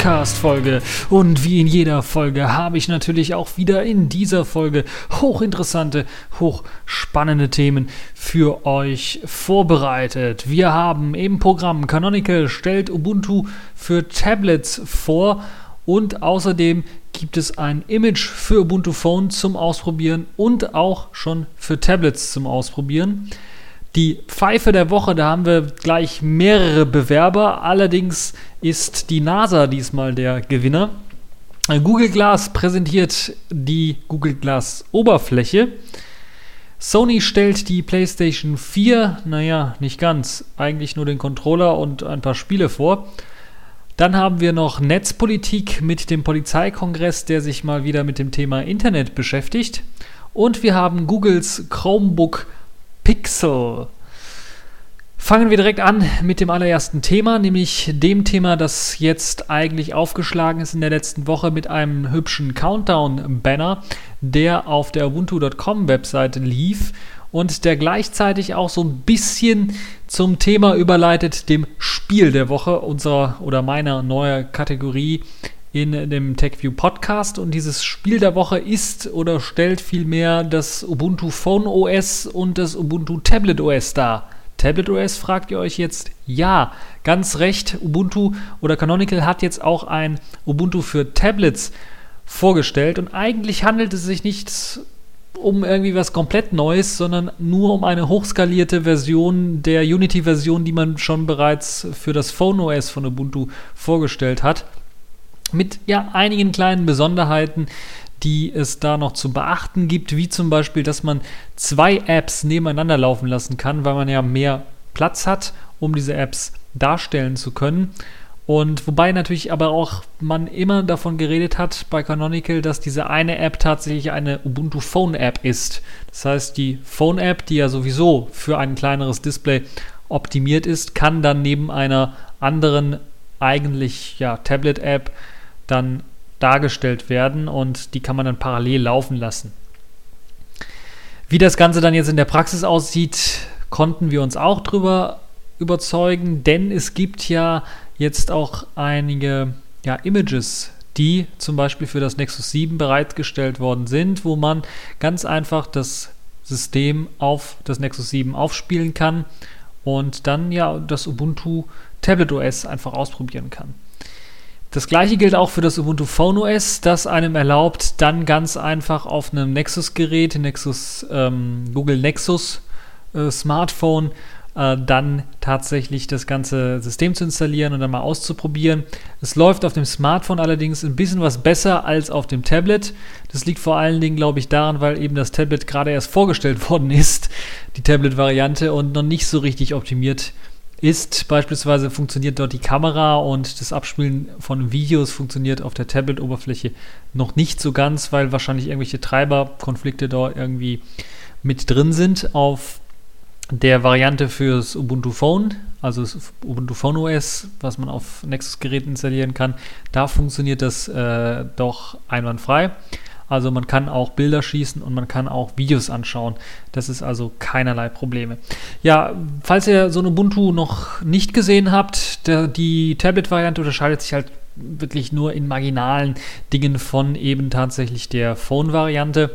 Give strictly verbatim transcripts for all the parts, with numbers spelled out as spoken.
Podcast-Folge. Und wie in jeder Folge habe ich natürlich auch wieder in dieser Folge hochinteressante, hochspannende Themen für euch vorbereitet. Wir haben im Programm Canonical stellt Ubuntu für Tablets vor und außerdem gibt es ein Image für Ubuntu Phone zum Ausprobieren und auch schon für Tablets zum Ausprobieren. Die Pfeife der Woche, da haben wir gleich mehrere Bewerber, allerdings ist die NASA diesmal der Gewinner. Google Glass präsentiert die Google Glass Oberfläche. Sony stellt die PlayStation vier, naja, nicht ganz, eigentlich nur den Controller und ein paar Spiele vor. Dann haben wir noch Netzpolitik mit dem Polizeikongress, der sich mal wieder mit dem Thema Internet beschäftigt. Und wir haben Googles Chromebook Pixel. Fangen wir direkt an mit dem allerersten Thema, nämlich dem Thema, das jetzt eigentlich aufgeschlagen ist in der letzten Woche mit einem hübschen Countdown-Banner, der auf der Ubuntu Punkt com Webseite lief und der gleichzeitig auch so ein bisschen zum Thema überleitet, dem Spiel der Woche unserer oder meiner neuen Kategorie in dem TechView Podcast. Und dieses Spiel der Woche ist oder stellt vielmehr das Ubuntu Phone O S und das Ubuntu Tablet O S dar. Tablet O S, fragt ihr euch jetzt? Ja, ganz recht. Ubuntu oder Canonical hat jetzt auch ein Ubuntu für Tablets vorgestellt und eigentlich handelt es sich nicht um irgendwie was komplett Neues, sondern nur um eine hochskalierte Version der Unity-Version, die man schon bereits für das Phone O S von Ubuntu vorgestellt hat. Mit ja einigen kleinen Besonderheiten, die es da noch zu beachten gibt, wie zum Beispiel, dass man zwei Apps nebeneinander laufen lassen kann, weil man ja mehr Platz hat, um diese Apps darstellen zu können. Und wobei natürlich aber auch man immer davon geredet hat bei Canonical, dass diese eine App tatsächlich eine Ubuntu Phone App ist. Das heißt, die Phone App, die ja sowieso für ein kleineres Display optimiert ist, kann dann neben einer anderen eigentlich ja Tablet App dann dargestellt werden und die kann man dann parallel laufen lassen. Wie das Ganze dann jetzt in der Praxis aussieht, konnten wir uns auch drüber überzeugen, denn es gibt ja jetzt auch einige ja, Images, die zum Beispiel für das Nexus sieben bereitgestellt worden sind, wo man ganz einfach das System auf das Nexus sieben aufspielen kann und dann ja das Ubuntu Tablet O S einfach ausprobieren kann. Das gleiche gilt auch für das Ubuntu Phone O S, das einem erlaubt, dann ganz einfach auf einem Nexus-Gerät, Nexus, ähm, Google Nexus äh, Smartphone, äh, dann tatsächlich das ganze System zu installieren und dann mal auszuprobieren. Es läuft auf dem Smartphone allerdings ein bisschen was besser als auf dem Tablet. Das liegt vor allen Dingen, glaube ich, daran, weil eben das Tablet gerade erst vorgestellt worden ist, die Tablet-Variante, und noch nicht so richtig optimiert ist. Beispielsweise funktioniert dort die Kamera und das Abspielen von Videos funktioniert auf der Tablet-Oberfläche noch nicht so ganz, weil wahrscheinlich irgendwelche Treiberkonflikte dort irgendwie mit drin sind. Auf der Variante fürs Ubuntu Phone, also das Ubuntu Phone O S, was man auf Nexus-Geräten installieren kann, da funktioniert das äh, doch einwandfrei. Also man kann auch Bilder schießen und man kann auch Videos anschauen. Das ist also keinerlei Probleme. Ja, falls ihr so ein Ubuntu noch nicht gesehen habt, der, die Tablet-Variante unterscheidet sich halt wirklich nur in marginalen Dingen von eben tatsächlich der Phone-Variante.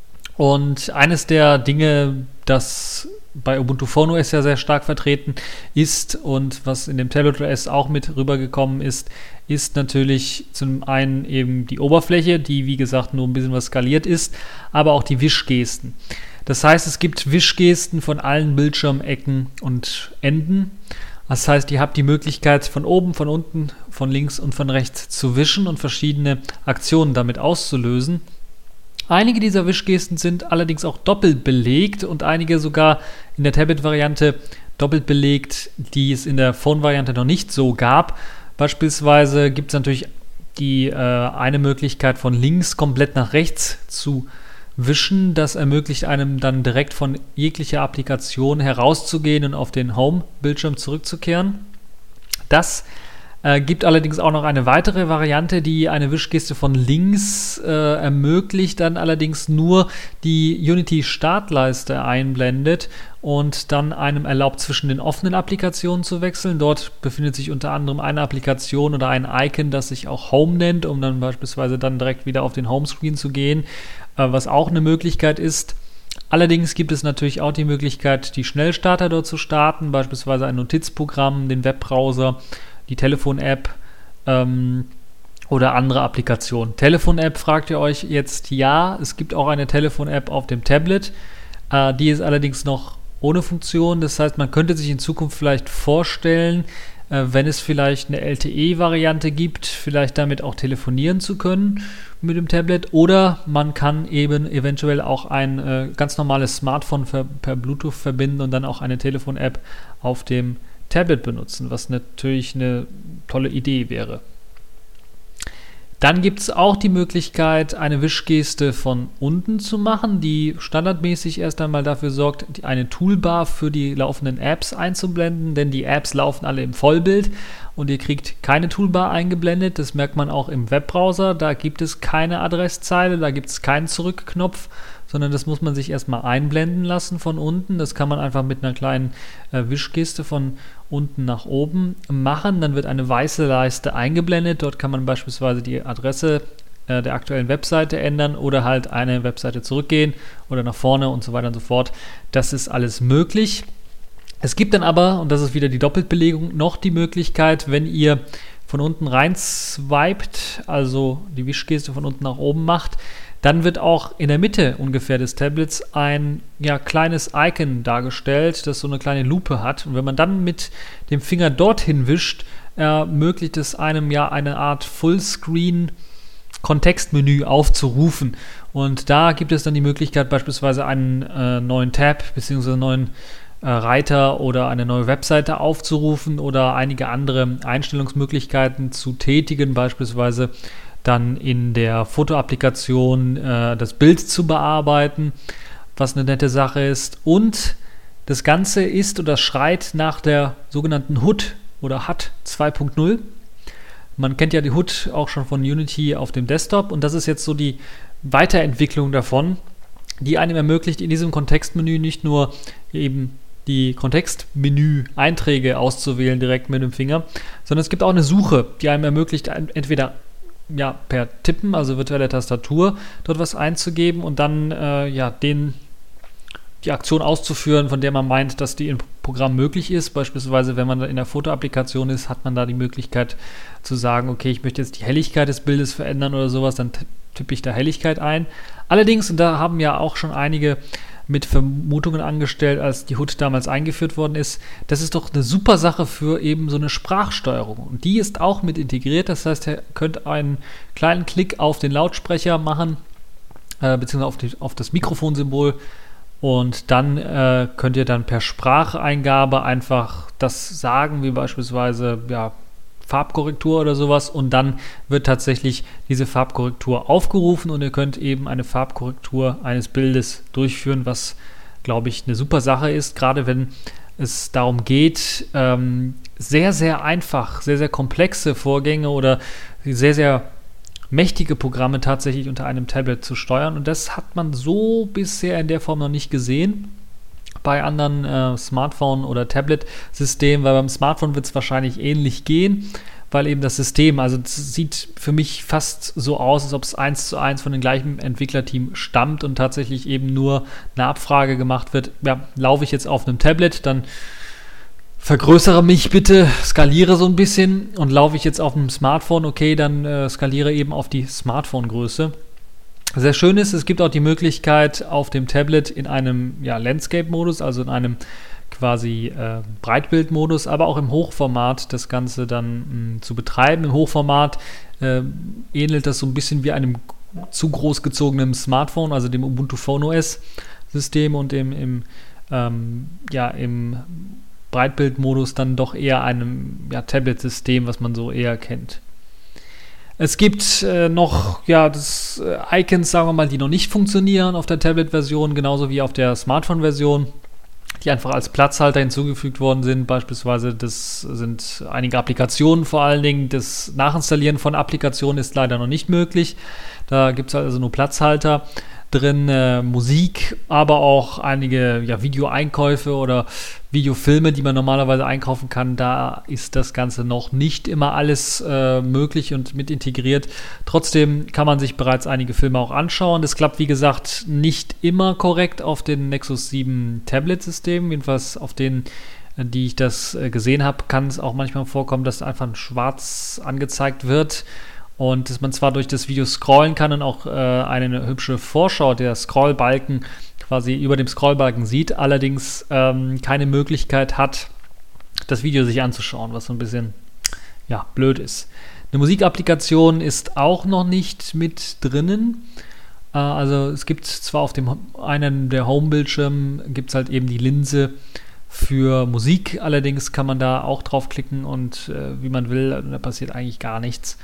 Und eines der Dinge, das bei Ubuntu Phone O S ja sehr stark vertreten ist und was in dem Tablet O S auch mit rübergekommen ist, ist natürlich zum einen eben die Oberfläche, die wie gesagt nur ein bisschen was skaliert ist, aber auch die Wischgesten. Das heißt, es gibt Wischgesten von allen Bildschirmecken und Enden. Das heißt, ihr habt die Möglichkeit von oben, von unten, von links und von rechts zu wischen und verschiedene Aktionen damit auszulösen. Einige dieser Wischgesten sind allerdings auch doppelt belegt und einige sogar in der Tablet-Variante doppelt belegt, die es in der Phone-Variante noch nicht so gab. Beispielsweise gibt es natürlich die äh, eine Möglichkeit, von links komplett nach rechts zu wischen. Das ermöglicht einem dann direkt von jeglicher Applikation herauszugehen und auf den Home-Bildschirm zurückzukehren. Das Äh, gibt allerdings auch noch eine weitere Variante, die eine Wischgeste von links äh, ermöglicht, dann allerdings nur die Unity-Startleiste einblendet und dann einem erlaubt, zwischen den offenen Applikationen zu wechseln. Dort befindet sich unter anderem eine Applikation oder ein Icon, das sich auch Home nennt, um dann beispielsweise dann direkt wieder auf den Homescreen zu gehen, äh, was auch eine Möglichkeit ist. Allerdings gibt es natürlich auch die Möglichkeit, die Schnellstarter dort zu starten, beispielsweise ein Notizprogramm, den Webbrowser, die Telefon-App ähm, oder andere Applikationen. Telefon-App, fragt ihr euch jetzt, ja, es gibt auch eine Telefon-App auf dem Tablet, äh, die ist allerdings noch ohne Funktion, das heißt, man könnte sich in Zukunft vielleicht vorstellen, äh, wenn es vielleicht eine L T E-Variante gibt, vielleicht damit auch telefonieren zu können mit dem Tablet, oder man kann eben eventuell auch ein äh, ganz normales Smartphone per, per Bluetooth verbinden und dann auch eine Telefon-App auf dem Tablet benutzen, was natürlich eine tolle Idee wäre. Dann gibt es auch die Möglichkeit, eine Wischgeste von unten zu machen, die standardmäßig erst einmal dafür sorgt, eine Toolbar für die laufenden Apps einzublenden, denn die Apps laufen alle im Vollbild und ihr kriegt keine Toolbar eingeblendet. Das merkt man auch im Webbrowser, da gibt es keine Adresszeile, da gibt es keinen Zurückknopf, sondern das muss man sich erstmal einblenden lassen von unten. Das kann man einfach mit einer kleinen äh, Wischgeste von unten nach oben machen. Dann wird eine weiße Leiste eingeblendet. Dort kann man beispielsweise die Adresse äh, der aktuellen Webseite ändern oder halt eine Webseite zurückgehen oder nach vorne und so weiter und so fort. Das ist alles möglich. Es gibt dann aber, und das ist wieder die Doppeltbelegung, noch die Möglichkeit, wenn ihr von unten rein swiped, also die Wischgeste von unten nach oben macht, dann wird auch in der Mitte ungefähr des Tablets ein ja, kleines Icon dargestellt, das so eine kleine Lupe hat. Und wenn man dann mit dem Finger dorthin wischt, ermöglicht es einem ja eine Art Fullscreen-Kontextmenü aufzurufen. Und da gibt es dann die Möglichkeit, beispielsweise einen äh, neuen Tab bzw. einen neuen äh, Reiter oder eine neue Webseite aufzurufen oder einige andere Einstellungsmöglichkeiten zu tätigen, beispielsweise dann in der Fotoapplikation äh, das Bild zu bearbeiten, was eine nette Sache ist. Und das Ganze ist oder schreit nach der sogenannten H U D oder H U D zwei Punkt null. Man kennt ja die H U D auch schon von Unity auf dem Desktop und das ist jetzt so die Weiterentwicklung davon, die einem ermöglicht, in diesem Kontextmenü nicht nur eben die Kontextmenü-Einträge auszuwählen direkt mit dem Finger, sondern es gibt auch eine Suche, die einem ermöglicht, entweder ja, per Tippen, also virtuelle Tastatur, dort was einzugeben und dann äh, ja, den, die Aktion auszuführen, von der man meint, dass die im Programm möglich ist. Beispielsweise, wenn man in der Fotoapplikation ist, hat man da die Möglichkeit zu sagen, okay, ich möchte jetzt die Helligkeit des Bildes verändern oder sowas, dann tippe ich da Helligkeit ein. Allerdings, und da haben ja auch schon einige mit Vermutungen angestellt, als die H U D damals eingeführt worden ist, das ist doch eine super Sache für eben so eine Sprachsteuerung. Und die ist auch mit integriert, das heißt, ihr könnt einen kleinen Klick auf den Lautsprecher machen, äh, beziehungsweise auf, die, auf das Mikrofonsymbol und dann äh, könnt ihr dann per Spracheingabe einfach das sagen, wie beispielsweise, ja, Farbkorrektur oder sowas und dann wird tatsächlich diese Farbkorrektur aufgerufen und ihr könnt eben eine Farbkorrektur eines Bildes durchführen, was, glaube ich, eine super Sache ist, gerade wenn es darum geht, ähm, sehr, sehr einfach, sehr, sehr komplexe Vorgänge oder sehr, sehr mächtige Programme tatsächlich unter einem Tablet zu steuern und das hat man so bisher in der Form noch nicht gesehen bei anderen äh, Smartphone- oder Tablet-Systemen, weil beim Smartphone wird es wahrscheinlich ähnlich gehen, weil eben das System, also es sieht für mich fast so aus, als ob es eins zu eins von dem gleichen Entwicklerteam stammt und tatsächlich eben nur eine Abfrage gemacht wird, ja, laufe ich jetzt auf einem Tablet, dann vergrößere mich bitte, skaliere so ein bisschen und laufe ich jetzt auf einem Smartphone, okay, dann äh, skaliere eben auf die Smartphone-Größe. Sehr schön ist, es gibt auch die Möglichkeit auf dem Tablet in einem ja, Landscape-Modus, also in einem quasi äh, Breitbild-Modus, aber auch im Hochformat das Ganze dann mh, zu betreiben. Im Hochformat äh, ähnelt das so ein bisschen wie einem zu groß gezogenen Smartphone, also dem Ubuntu Phone O S-System und im, im, ähm, ja, im Breitbild-Modus dann doch eher einem ja, Tablet-System, was man so eher kennt. Es gibt äh, noch ja, das, äh, Icons, sagen wir mal, die noch nicht funktionieren auf der Tablet-Version, genauso wie auf der Smartphone-Version. die einfach als Platzhalter hinzugefügt worden sind. Beispielsweise, das sind einige Applikationen vor allen Dingen. Das Nachinstallieren von Applikationen ist leider noch nicht möglich. Da gibt es also nur Platzhalter drin, äh, Musik, aber auch einige ja, Videoeinkäufe oder Videofilme, die man normalerweise einkaufen kann. Da ist das Ganze noch nicht immer alles äh, möglich und mit integriert. Trotzdem kann man sich bereits einige Filme auch anschauen. Das klappt, wie gesagt, nicht immer korrekt auf den Nexus sieben Tablet-Systemen. Jedenfalls auf denen, die ich das äh, gesehen habe, kann es auch manchmal vorkommen, dass einfach schwarz angezeigt wird. Und dass man zwar durch das Video scrollen kann und auch äh, eine hübsche Vorschau der Scrollbalken quasi über dem Scrollbalken sieht, allerdings ähm, keine Möglichkeit hat, das Video sich anzuschauen, was so ein bisschen ja, blöd ist. Eine Musikapplikation ist auch noch nicht mit drinnen. Äh, also es gibt zwar auf dem einen der Home-Bildschirmen gibt es halt eben die Linse für Musik, allerdings kann man da auch draufklicken und äh, wie man will, da passiert eigentlich gar nichts.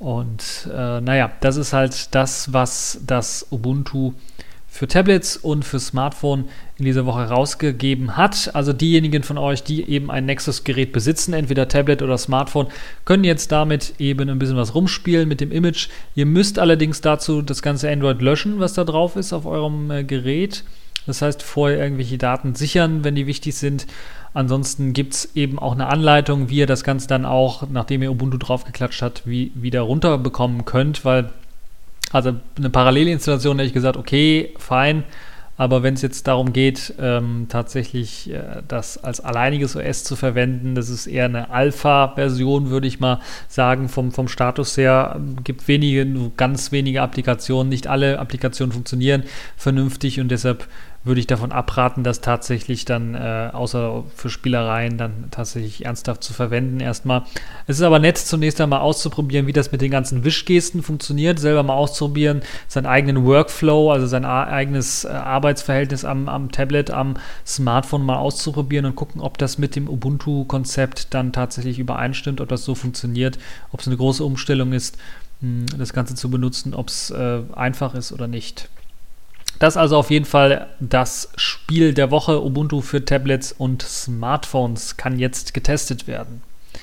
Und äh, naja, das ist halt das, was das Ubuntu für Tablets und für Smartphone in dieser Woche rausgegeben hat. Also diejenigen von euch, die eben ein Nexus-Gerät besitzen, entweder Tablet oder Smartphone, können jetzt damit eben ein bisschen was rumspielen mit dem Image. Ihr müsst allerdings dazu das ganze Android löschen, was da drauf ist auf eurem äh, Gerät. Das heißt, vorher irgendwelche Daten sichern, wenn die wichtig sind. Ansonsten gibt es eben auch eine Anleitung, wie ihr das Ganze dann auch, nachdem ihr Ubuntu draufgeklatscht habt, wie, wieder runterbekommen könnt, weil also eine Parallelinstallation hätte ich gesagt, okay, fein, aber wenn es jetzt darum geht, ähm, tatsächlich äh, das als alleiniges O S zu verwenden, das ist eher eine Alpha-Version, würde ich mal sagen, vom, vom Status her. Es gibt wenige, nur ganz wenige Applikationen, nicht alle Applikationen funktionieren vernünftig und deshalb würde ich davon abraten, das tatsächlich dann, äh, außer für Spielereien, dann tatsächlich ernsthaft zu verwenden erstmal. Es ist aber nett, zunächst einmal auszuprobieren, wie das mit den ganzen Wischgesten funktioniert, selber mal auszuprobieren, seinen eigenen Workflow, also sein eigenes äh, Arbeitsverhältnis am, am Tablet, am Smartphone mal auszuprobieren und gucken, ob das mit dem Ubuntu-Konzept dann tatsächlich übereinstimmt, ob das so funktioniert, ob es eine große Umstellung ist, mh, das Ganze zu benutzen, ob es äh, einfach ist oder nicht. Das ist also auf jeden Fall das Spiel der Woche. Ubuntu für Tablets und Smartphones kann jetzt getestet werden.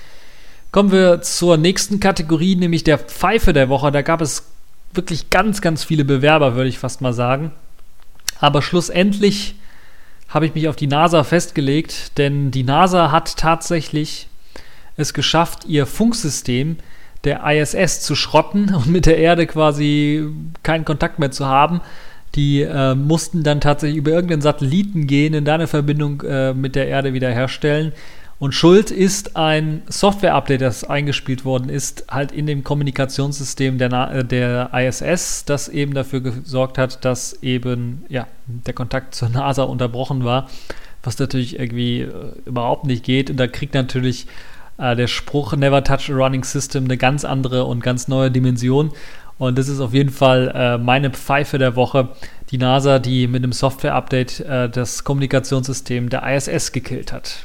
Kommen wir zur nächsten Kategorie, nämlich der Pfeife der Woche. Da gab es wirklich ganz, ganz viele Bewerber, würde ich fast mal sagen. Aber schlussendlich habe ich mich auf die NASA festgelegt, denn die NASA hat tatsächlich es geschafft, ihr Funksystem der I S S zu schrotten und mit der Erde quasi keinen Kontakt mehr zu haben. Die äh, mussten dann tatsächlich über irgendeinen Satelliten gehen, in da eine Verbindung äh, mit der Erde wiederherstellen. Und schuld ist ein Software-Update, das eingespielt worden ist, halt in dem Kommunikationssystem der, Na- der I S S, das eben dafür gesorgt hat, dass eben ja, der Kontakt zur NASA unterbrochen war, was natürlich irgendwie äh, überhaupt nicht geht. Und da kriegt natürlich äh, der Spruch Never touch a running system eine ganz andere und ganz neue Dimension. Und das ist auf jeden Fall äh, meine Pfeife der Woche. Die NASA, die mit einem Software-Update äh, das Kommunikationssystem der I S S gekillt hat.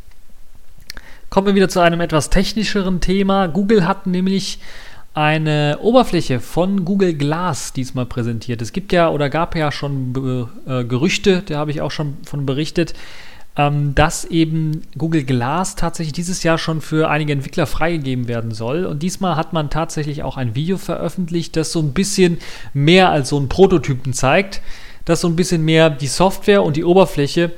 Kommen wir wieder zu einem etwas technischeren Thema. Google hat nämlich eine Oberfläche von Google Glass diesmal präsentiert. Es gibt ja oder gab ja schon Be- äh, Gerüchte, da habe ich auch schon von berichtet, ähm, dass eben Google Glass tatsächlich dieses Jahr schon für einige Entwickler freigegeben werden soll. Und diesmal hat man tatsächlich auch ein Video veröffentlicht, das so ein bisschen mehr als so einen Prototypen zeigt, das so ein bisschen mehr die Software und die Oberfläche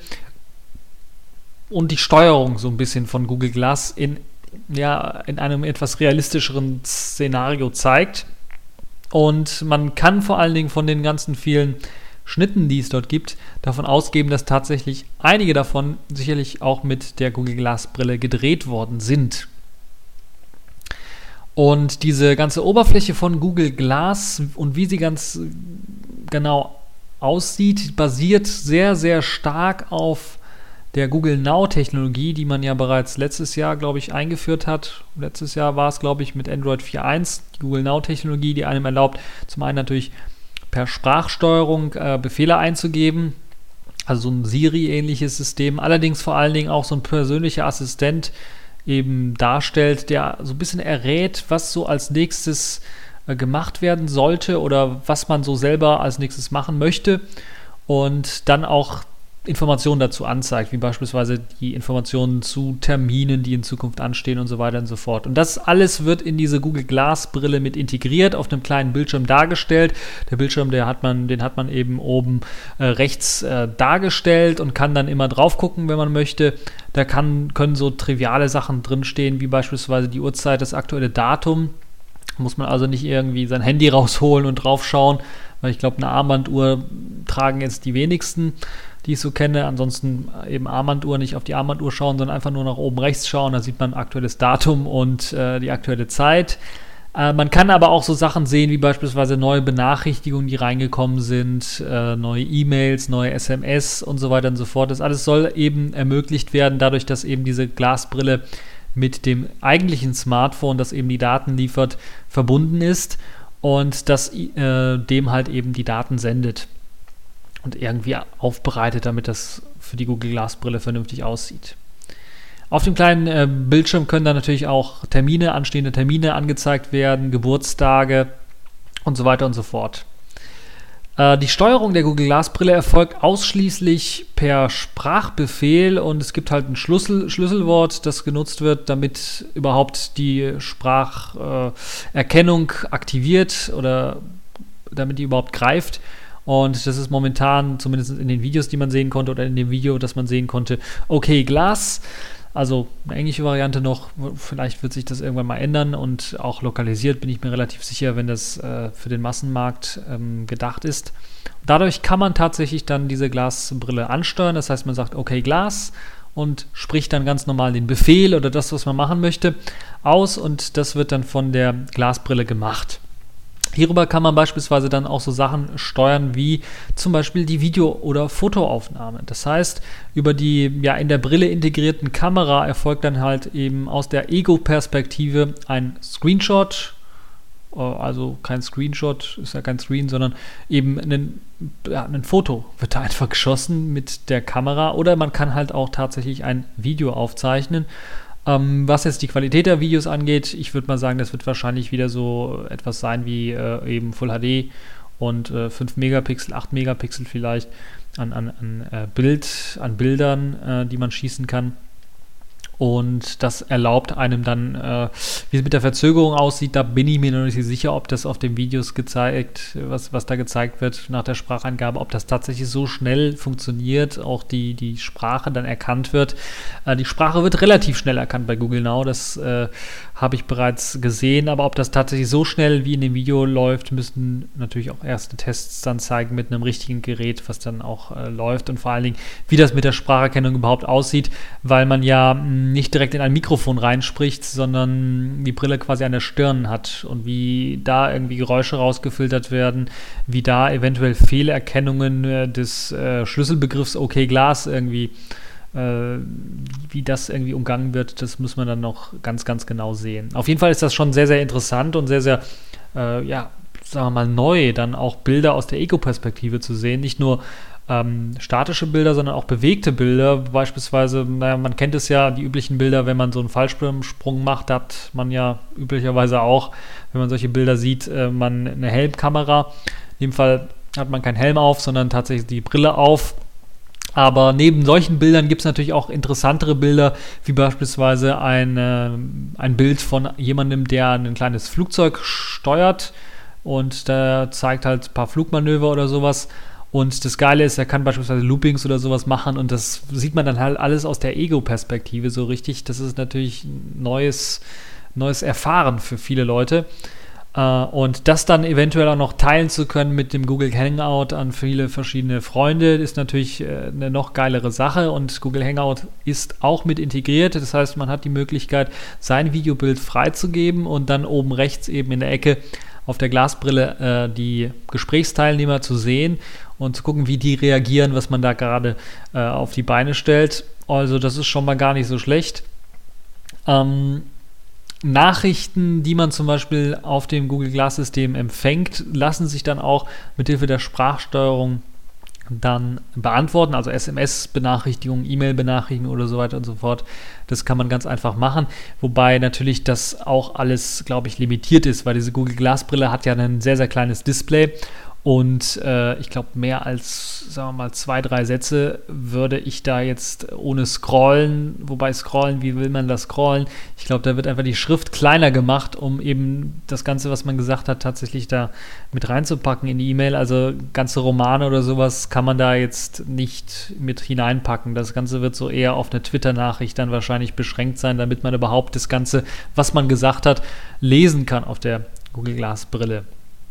und die Steuerung so ein bisschen von Google Glass in, ja, in einem etwas realistischeren Szenario zeigt. Und man kann vor allen Dingen von den ganzen vielen Schnitten, die es dort gibt, davon ausgehen, dass tatsächlich einige davon sicherlich auch mit der Google Glass Brille gedreht worden sind. Und diese ganze Oberfläche von Google Glass und wie sie ganz genau aussieht, basiert sehr, sehr stark auf der Google Now-Technologie, die man ja bereits letztes Jahr, glaube ich, eingeführt hat. Letztes Jahr war es, glaube ich, mit Android vier Punkt eins, die Google Now-Technologie, die einem erlaubt, zum einen natürlich per Sprachsteuerung äh, Befehle einzugeben, also so ein Siri-ähnliches System, allerdings vor allen Dingen auch so ein persönlicher Assistent eben darstellt, der so ein bisschen errät, was so als nächstes äh, gemacht werden sollte oder was man so selber als nächstes machen möchte und dann auch Informationen dazu anzeigt, wie beispielsweise die Informationen zu Terminen, die in Zukunft anstehen und so weiter und so fort. Und das alles wird in diese Google Glass Brille mit integriert, auf einem kleinen Bildschirm dargestellt. Der Bildschirm, der hat man, den hat man eben oben äh, rechts äh, dargestellt und kann dann immer drauf gucken, wenn man möchte. Da kann, können so triviale Sachen drinstehen, wie beispielsweise die Uhrzeit, das aktuelle Datum. Muss man also nicht irgendwie sein Handy rausholen und draufschauen, weil ich glaube, eine Armbanduhr tragen jetzt die wenigsten, die ich so kenne. Ansonsten eben Armbanduhr, nicht auf die Armbanduhr schauen, sondern einfach nur nach oben rechts schauen. Da sieht man aktuelles Datum und äh, die aktuelle Zeit. Äh, man kann aber auch so Sachen sehen, wie beispielsweise neue Benachrichtigungen, die reingekommen sind, äh, neue E-Mails, neue S M S und so weiter und so fort. Das alles soll eben ermöglicht werden, dadurch, dass eben diese Glasbrille mit dem eigentlichen Smartphone, das eben die Daten liefert, verbunden ist und das äh, dem halt eben die Daten sendet und irgendwie aufbereitet, damit das für die Google Glass Brille vernünftig aussieht. Auf dem kleinen äh, Bildschirm können dann natürlich auch Termine, anstehende Termine angezeigt werden, Geburtstage und so weiter und so fort. Äh, die Steuerung der Google Glass Brille erfolgt ausschließlich per Sprachbefehl und es gibt halt ein Schlüssel, Schlüsselwort, das genutzt wird, damit überhaupt die Spracherkennung äh, aktiviert oder damit die überhaupt greift. Und das ist momentan, zumindest in den Videos, die man sehen konnte, oder in dem Video, das man sehen konnte, okay Glass. Also eine englische Variante noch, vielleicht wird sich das irgendwann mal ändern und auch lokalisiert, bin ich mir relativ sicher, wenn das äh, für den Massenmarkt ähm, gedacht ist. Dadurch kann man tatsächlich dann diese Glasbrille ansteuern, das heißt, man sagt okay Glas und spricht dann ganz normal den Befehl oder das, was man machen möchte, aus und das wird dann von der Glasbrille gemacht. Hierüber kann man beispielsweise dann auch so Sachen steuern wie zum Beispiel die Video- oder Fotoaufnahme. Das heißt, über die ja in der Brille integrierten Kamera erfolgt dann halt eben aus der Ego-Perspektive ein Screenshot, also kein Screenshot, ist ja kein Screen, sondern eben ein, ja, ein Foto wird da einfach geschossen mit der Kamera oder man kann halt auch tatsächlich ein Video aufzeichnen. Ähm, was jetzt die Qualität der Videos angeht, ich würde mal sagen, das wird wahrscheinlich wieder so etwas sein wie äh, eben Full H D und äh, fünf Megapixel, acht Megapixel vielleicht an, an, an äh, Bild, an Bildern, äh, die man schießen kann. Und das erlaubt einem dann, äh, wie es mit der Verzögerung aussieht, da bin ich mir noch nicht sicher, ob das auf den Videos gezeigt, was, was da gezeigt wird nach der Spracheingabe, ob das tatsächlich so schnell funktioniert, auch die, die Sprache dann erkannt wird. Äh, die Sprache wird relativ schnell erkannt bei Google Now, das äh, habe ich bereits gesehen, aber ob das tatsächlich so schnell wie in dem Video läuft, müssen natürlich auch erste Tests dann zeigen mit einem richtigen Gerät, was dann auch äh, läuft und vor allen Dingen, wie das mit der Spracherkennung überhaupt aussieht, weil man ja nicht direkt in ein Mikrofon reinspricht, sondern die Brille quasi an der Stirn hat und wie da irgendwie Geräusche rausgefiltert werden, wie da eventuell Fehlerkennungen äh, des äh, Schlüsselbegriffs okay Glas irgendwie äh, wie das irgendwie umgangen wird, das muss man dann noch ganz, ganz genau sehen. Auf jeden Fall ist das schon sehr, sehr interessant und sehr, sehr, äh, ja, sagen wir mal neu, dann auch Bilder aus der Ego-Perspektive zu sehen, nicht nur Ähm, statische Bilder, sondern auch bewegte Bilder. Beispielsweise, naja, man kennt es ja, die üblichen Bilder, wenn man so einen Fallschirmsprung macht, da hat man ja üblicherweise auch, wenn man solche Bilder sieht, äh, man eine Helmkamera. In dem Fall hat man keinen Helm auf, sondern tatsächlich die Brille auf. Aber neben solchen Bildern gibt es natürlich auch interessantere Bilder, wie beispielsweise ein, äh, ein Bild von jemandem, der ein kleines Flugzeug steuert und der zeigt halt ein paar Flugmanöver oder sowas. Und das Geile ist, er kann beispielsweise Loopings oder sowas machen und das sieht man dann halt alles aus der Ego-Perspektive so richtig. Das ist natürlich ein neues, neues Erfahren für viele Leute. Und das dann eventuell auch noch teilen zu können mit dem Google Hangout an viele verschiedene Freunde, ist natürlich eine noch geilere Sache und Google Hangout ist auch mit integriert. Das heißt, man hat die Möglichkeit, sein Videobild freizugeben und dann oben rechts eben in der Ecke auf der Glasbrille äh, die Gesprächsteilnehmer zu sehen und zu gucken, wie die reagieren, was man da gerade äh, auf die Beine stellt. Also das ist schon mal gar nicht so schlecht. Ähm, Nachrichten, die man zum Beispiel auf dem Google Glass System empfängt, lassen sich dann auch mit Hilfe der Sprachsteuerung dann beantworten, also S M S-Benachrichtigungen, E-Mail-Benachrichtigungen oder so weiter und so fort. Das kann man ganz einfach machen, wobei natürlich das auch alles, glaube ich, limitiert ist, weil diese Google Glass Brille hat ja ein sehr, sehr kleines Display Und äh, ich glaube, mehr als, sagen wir mal, zwei, drei Sätze würde ich da jetzt ohne Scrollen, wobei Scrollen, wie will man das scrollen? Ich glaube, da wird einfach die Schrift kleiner gemacht, um eben das Ganze, was man gesagt hat, tatsächlich da mit reinzupacken in die E-Mail. Also ganze Romane oder sowas kann man da jetzt nicht mit hineinpacken. Das Ganze wird so eher auf eine Twitter-Nachricht dann wahrscheinlich beschränkt sein, damit man überhaupt das Ganze, was man gesagt hat, lesen kann auf der Google Glass Brille.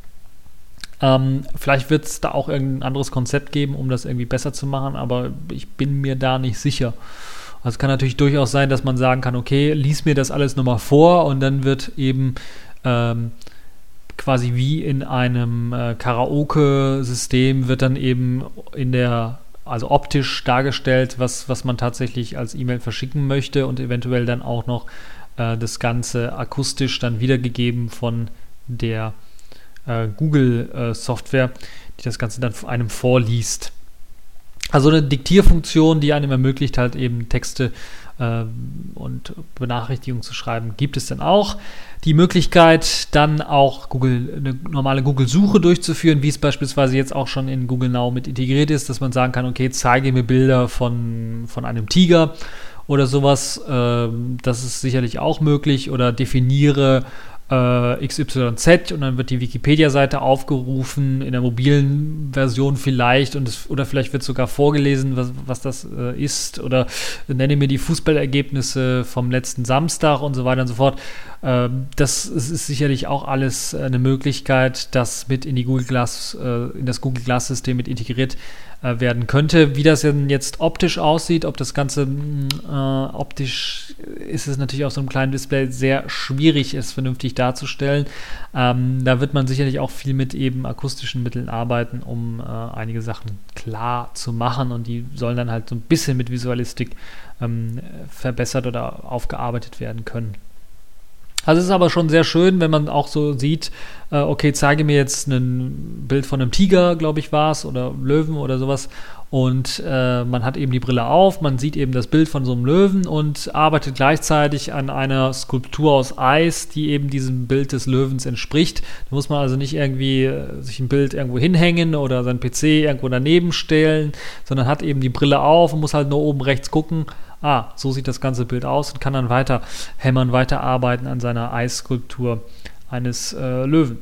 Ähm, vielleicht wird es da auch irgendein anderes Konzept geben, um das irgendwie besser zu machen, aber ich bin mir da nicht sicher. Also es kann natürlich durchaus sein, dass man sagen kann, okay, lies mir das alles nochmal vor und dann wird eben ähm, quasi wie in einem äh, Karaoke-System wird dann eben in der, also optisch dargestellt, was, was man tatsächlich als E-Mail verschicken möchte und eventuell dann auch noch äh, das Ganze akustisch dann wiedergegeben von der Google-Software, die das Ganze dann einem vorliest. Also eine Diktierfunktion, die einem ermöglicht, halt eben Texte äh, und Benachrichtigungen zu schreiben, gibt es dann auch. Die Möglichkeit, dann auch Google, eine normale Google-Suche durchzuführen, wie es beispielsweise jetzt auch schon in Google Now mit integriert ist, dass man sagen kann, okay, zeige mir Bilder von, von einem Tiger oder sowas. Äh, das ist sicherlich auch möglich. Oder definiere X Y Z und dann wird die Wikipedia-Seite aufgerufen, in der mobilen Version vielleicht und es, oder vielleicht wird sogar vorgelesen, was, was das äh, ist oder nenne mir die Fußballergebnisse vom letzten Samstag und so weiter und so fort. Ähm, das ist sicherlich auch alles eine Möglichkeit, das mit in die Google Glass, äh, in das Google Glass-System mit integriert äh, werden könnte. Wie das denn jetzt optisch aussieht, ob das Ganze äh, optisch ist es natürlich auf so einem kleinen Display sehr schwierig, es vernünftig darzustellen. Ähm, da wird man sicherlich auch viel mit eben akustischen Mitteln arbeiten, um äh, einige Sachen klar zu machen und die sollen dann halt so ein bisschen mit Visualistik ähm, verbessert oder aufgearbeitet werden können. Also es ist aber schon sehr schön, wenn man auch so sieht, äh, okay, zeige mir jetzt ein Bild von einem Tiger, glaube ich war es, oder Löwen oder sowas und äh, man hat eben die Brille auf, man sieht eben das Bild von so einem Löwen und arbeitet gleichzeitig an einer Skulptur aus Eis, die eben diesem Bild des Löwens entspricht. Da muss man also nicht irgendwie äh, sich ein Bild irgendwo hinhängen oder sein P C irgendwo daneben stellen, sondern hat eben die Brille auf und muss halt nur oben rechts gucken, ah, so sieht das ganze Bild aus und kann dann weiter hämmern, weiter arbeiten an seiner Eisskulptur eines äh, Löwen.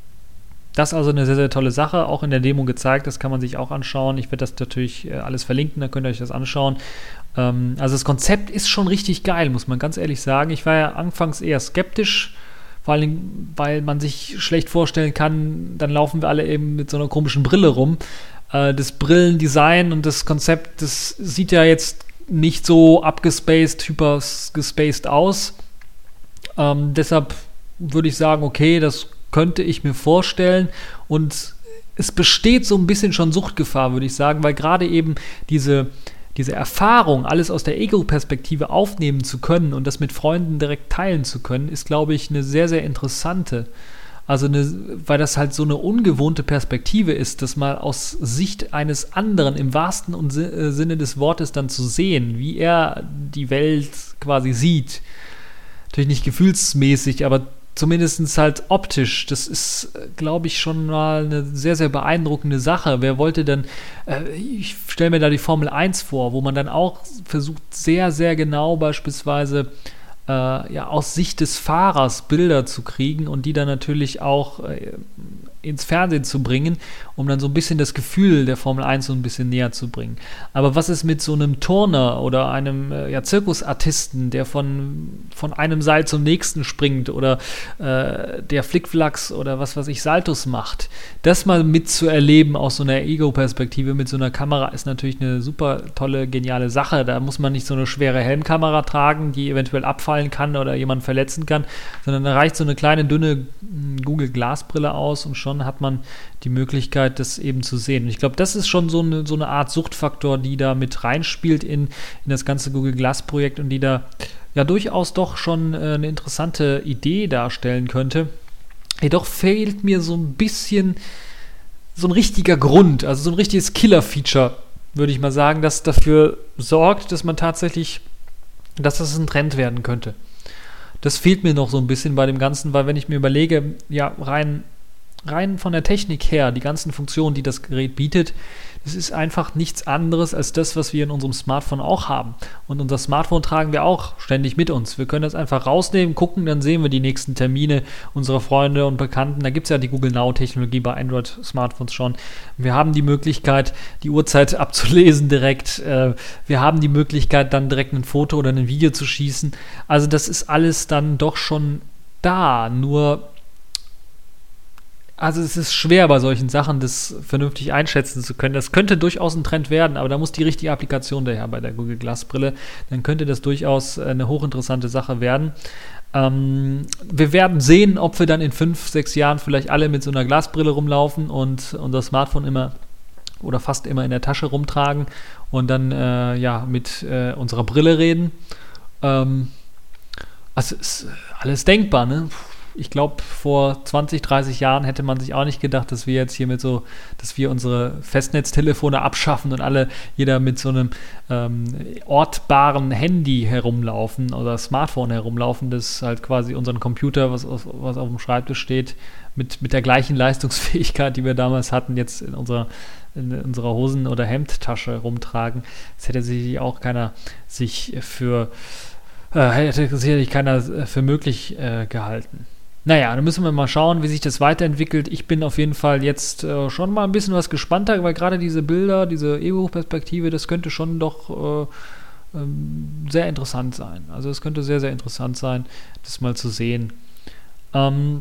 Das ist also eine sehr, sehr tolle Sache, auch in der Demo gezeigt, das kann man sich auch anschauen. Ich werde das natürlich äh, alles verlinken, dann könnt ihr euch das anschauen. Ähm, also das Konzept ist schon richtig geil, muss man ganz ehrlich sagen. Ich war ja anfangs eher skeptisch, vor allem, weil man sich schlecht vorstellen kann, dann laufen wir alle eben mit so einer komischen Brille rum. Äh, das Brillendesign und das Konzept, das sieht ja jetzt nicht so abgespaced, hypergespaced aus. Ähm, deshalb würde ich sagen, okay, das könnte ich mir vorstellen und es besteht so ein bisschen schon Suchtgefahr, würde ich sagen, weil gerade eben diese, diese Erfahrung, alles aus der Ego-Perspektive aufnehmen zu können und das mit Freunden direkt teilen zu können, ist, glaube ich, eine sehr, sehr interessante. Also eine, weil das halt so eine ungewohnte Perspektive ist, das mal aus Sicht eines anderen im wahrsten Sinne des Wortes dann zu sehen, wie er die Welt quasi sieht. Natürlich nicht gefühlsmäßig, aber zumindest halt optisch. Das ist, glaube ich, schon mal eine sehr, sehr beeindruckende Sache. Wer wollte denn, äh, ich stelle mir da die Formel eins vor, wo man dann auch versucht, sehr, sehr genau beispielsweise Äh, ja, aus Sicht des Fahrers Bilder zu kriegen und die dann natürlich auch äh, ins Fernsehen zu bringen, um dann so ein bisschen das Gefühl der Formel eins so ein bisschen näher zu bringen. Aber was ist mit so einem Turner oder einem äh, ja, Zirkusartisten, der von, von einem Seil zum nächsten springt oder äh, der Flickflacks oder was weiß ich, Saltos macht? Das mal mitzuerleben aus so einer Ego-Perspektive mit so einer Kamera ist natürlich eine super tolle, geniale Sache. Da muss man nicht so eine schwere Helmkamera tragen, die eventuell abfallen kann oder jemanden verletzen kann, sondern da reicht so eine kleine, dünne Google Glass Brille aus und schon hat man die Möglichkeit, das eben zu sehen. Und ich glaube, das ist schon so eine, so eine Art Suchtfaktor, die da mit reinspielt in, in das ganze Google Glass Projekt und die da ja durchaus doch schon äh, eine interessante Idee darstellen könnte. Jedoch fehlt mir so ein bisschen so ein richtiger Grund, also so ein richtiges Killer-Feature, würde ich mal sagen, das dafür sorgt, dass man tatsächlich, dass das ein Trend werden könnte. Das fehlt mir noch so ein bisschen bei dem Ganzen, weil wenn ich mir überlege, ja, rein rein von der Technik her, die ganzen Funktionen, die das Gerät bietet, das ist einfach nichts anderes als das, was wir in unserem Smartphone auch haben. Und unser Smartphone tragen wir auch ständig mit uns. Wir können das einfach rausnehmen, gucken, dann sehen wir die nächsten Termine unserer Freunde und Bekannten. Da gibt es ja die Google Now-Technologie bei Android-Smartphones schon. Wir haben die Möglichkeit, die Uhrzeit abzulesen direkt. Wir haben die Möglichkeit, dann direkt ein Foto oder ein Video zu schießen. Also das ist alles dann doch schon da. Nur Also es ist schwer bei solchen Sachen, das vernünftig einschätzen zu können. Das könnte durchaus ein Trend werden, aber da muss die richtige Applikation daher bei der Google Glass Brille. Dann könnte das durchaus eine hochinteressante Sache werden. Ähm, wir werden sehen, ob wir dann in fünf, sechs Jahren vielleicht alle mit so einer Glasbrille rumlaufen und unser Smartphone immer oder fast immer in der Tasche rumtragen und dann äh, ja mit äh, unserer Brille reden. Ähm, also ist alles denkbar, ne? Ich glaube, vor zwanzig, dreißig Jahren hätte man sich auch nicht gedacht, dass wir jetzt hier mit so, dass wir unsere Festnetztelefone abschaffen und alle, jeder mit so einem ähm, ortbaren Handy herumlaufen oder Smartphone herumlaufen, das halt quasi unseren Computer, was, was auf dem Schreibtisch steht, mit, mit der gleichen Leistungsfähigkeit, die wir damals hatten, jetzt in unserer, in unserer Hosen- oder Hemdtasche rumtragen. Das hätte sicherlich auch keiner sich für, äh, hätte sicherlich keiner für möglich äh, gehalten. Naja, dann müssen wir mal schauen, wie sich das weiterentwickelt. Ich bin auf jeden Fall jetzt äh, schon mal ein bisschen was gespannter, weil gerade diese Bilder, diese Ego-Perspektive, das könnte schon doch äh, ähm, sehr interessant sein. Also es könnte sehr, sehr interessant sein, das mal zu sehen. Ähm,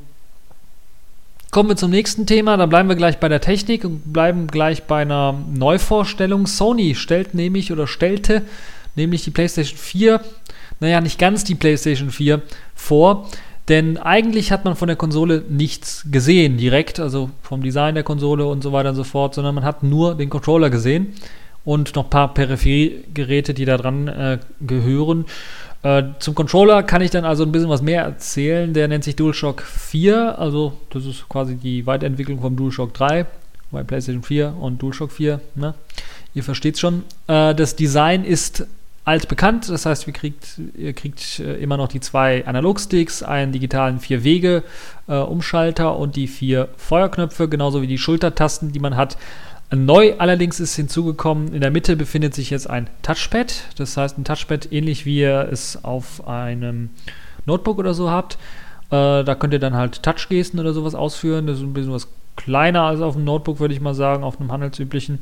kommen wir zum nächsten Thema. Da bleiben wir gleich bei der Technik und bleiben gleich bei einer Neuvorstellung. Sony stellt nämlich oder stellte nämlich die PlayStation vier, naja, nicht ganz die PlayStation vier vor. Denn eigentlich hat man von der Konsole nichts gesehen direkt, also vom Design der Konsole und so weiter und so fort, sondern man hat nur den Controller gesehen und noch ein paar Peripheriegeräte, die da dran äh, gehören. Äh, zum Controller kann ich dann also ein bisschen was mehr erzählen. Der nennt sich DualShock vier, also das ist quasi die Weiterentwicklung vom DualShock drei, bei PlayStation vier und DualShock vier, ne? Ihr versteht's schon. Äh, das Design ist altbekannt, das heißt, ihr kriegt, ihr kriegt äh, immer noch die zwei Analogsticks, einen digitalen Vier-Wege-Umschalter äh, und die vier Feuerknöpfe, genauso wie die Schultertasten, die man hat. Neu allerdings ist hinzugekommen, in der Mitte befindet sich jetzt ein Touchpad, das heißt ein Touchpad ähnlich wie ihr es auf einem Notebook oder so habt. Äh, da könnt ihr dann halt Touchgesten oder sowas ausführen, das ist ein bisschen was kleiner als auf dem Notebook, würde ich mal sagen, auf einem handelsüblichen.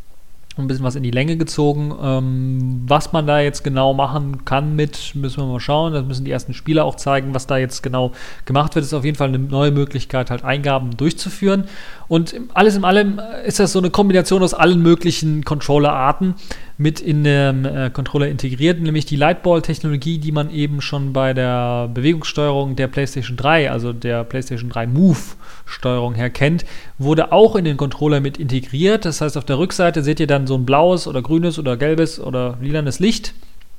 Ein bisschen was in die Länge gezogen. Ähm, was man da jetzt genau machen kann mit, müssen wir mal schauen. Das müssen die ersten Spieler auch zeigen, was da jetzt genau gemacht wird. Das ist auf jeden Fall eine neue Möglichkeit, halt Eingaben durchzuführen. Und alles in allem ist das so eine Kombination aus allen möglichen Controller-Arten mit in dem äh, Controller integriert, nämlich die Lightball-Technologie, die man eben schon bei der Bewegungssteuerung der PlayStation drei, also der PlayStation drei Move-Steuerung her kennt, wurde auch in den Controller mit integriert. Das heißt, auf der Rückseite seht ihr dann so ein blaues oder grünes oder gelbes oder lilanes Licht.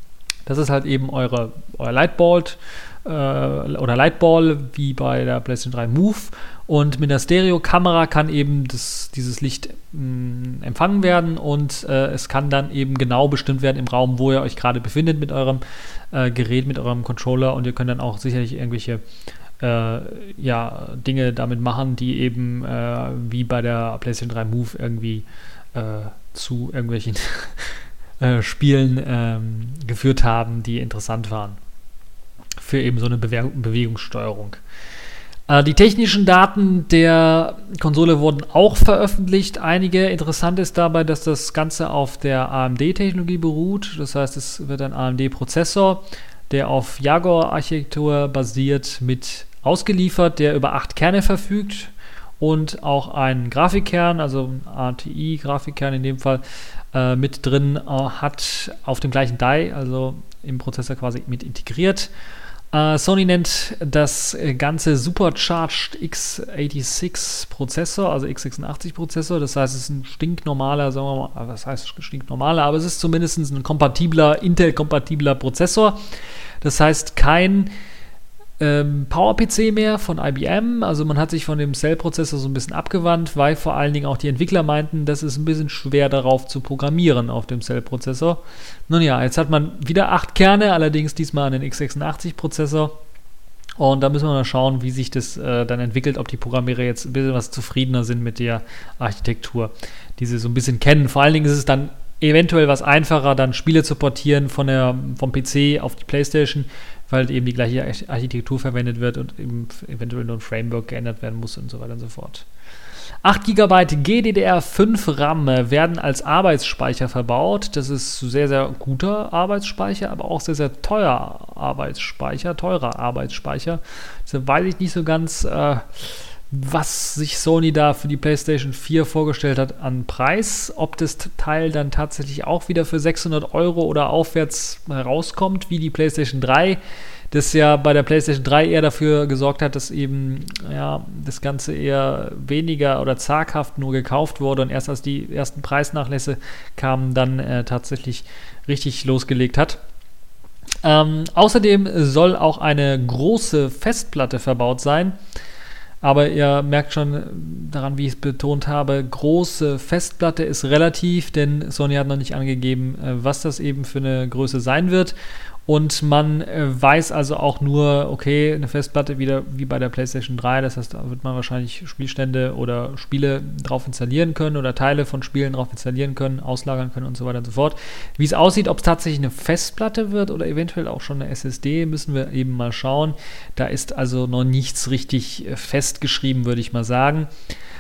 Das ist halt eben eure, euer Lightball äh, oder Lightball wie bei der PlayStation drei Move. Und mit der Stereokamera kann eben das, dieses Licht mh, empfangen werden und äh, es kann dann eben genau bestimmt werden im Raum, wo ihr euch gerade befindet mit eurem äh, Gerät, mit eurem Controller, und ihr könnt dann auch sicherlich irgendwelche äh, ja, Dinge damit machen, die eben äh, wie bei der PlayStation drei Move irgendwie äh, zu irgendwelchen äh, Spielen ähm, geführt haben, die interessant waren für eben so eine Bewe- Bewegungssteuerung. Die technischen Daten der Konsole wurden auch veröffentlicht. Einige. Interessant ist dabei, dass das Ganze auf der A M D-Technologie beruht. Das heißt, es wird ein A M D-Prozessor, der auf Jaguar-Architektur basiert, mit ausgeliefert, der über acht Kerne verfügt und auch einen Grafikkern, also ein A T I-Grafikkern in dem Fall, äh, mit drin äh, hat, auf dem gleichen Die, also im Prozessor quasi mit integriert. Uh, Sony nennt das Ganze Supercharged x sechsundachtzig Prozessor, also x sechsundachtzig Prozessor. Das heißt, es ist ein stinknormaler, sagen wir mal, was heißt stinknormaler, aber es ist zumindest ein kompatibler, Intel-kompatibler Prozessor. Das heißt, kein ähm, Power-P C mehr von I B M. Also man hat sich von dem Cell-Prozessor so ein bisschen abgewandt, weil vor allen Dingen auch die Entwickler meinten, das ist ein bisschen schwer darauf zu programmieren auf dem Cell-Prozessor. Nun ja, jetzt hat man wieder acht Kerne, allerdings diesmal einen x sechsundachtzig Prozessor Und da müssen wir mal schauen, wie sich das äh, dann entwickelt, ob die Programmierer jetzt ein bisschen was zufriedener sind mit der Architektur, die sie so ein bisschen kennen. Vor allen Dingen ist es dann eventuell was einfacher, dann Spiele zu portieren von der, vom P C auf die PlayStation, weil eben die gleiche Architektur verwendet wird und eben eventuell nur ein Framework geändert werden muss und so weiter und so fort. acht Gigabyte G D D R fünf RAM werden als Arbeitsspeicher verbaut. Das ist sehr, sehr guter Arbeitsspeicher, aber auch sehr, sehr teuer Arbeitsspeicher, teurer Arbeitsspeicher. Deshalb weiß ich nicht so ganz, äh, was sich Sony da für die PlayStation vier vorgestellt hat an Preis. Ob das Teil dann tatsächlich auch wieder für sechshundert Euro oder aufwärts rauskommt, wie die PlayStation drei, das ja bei der PlayStation drei eher dafür gesorgt hat, dass eben ja, das Ganze eher weniger oder zaghaft nur gekauft wurde und erst als die ersten Preisnachlässe kamen, dann äh, tatsächlich richtig losgelegt hat. Ähm, außerdem soll auch eine große Festplatte verbaut sein. Aber ihr merkt schon daran, wie ich es betont habe, große Festplatte ist relativ, denn Sony hat noch nicht angegeben, was das eben für eine Größe sein wird. Und man weiß also auch nur, okay, eine Festplatte wieder wie bei der PlayStation drei, das heißt, da wird man wahrscheinlich Spielstände oder Spiele drauf installieren können oder Teile von Spielen drauf installieren können, auslagern können und so weiter und so fort. Wie es aussieht, ob es tatsächlich eine Festplatte wird oder eventuell auch schon eine S S D, müssen wir eben mal schauen. Da ist also noch nichts richtig festgeschrieben, würde ich mal sagen.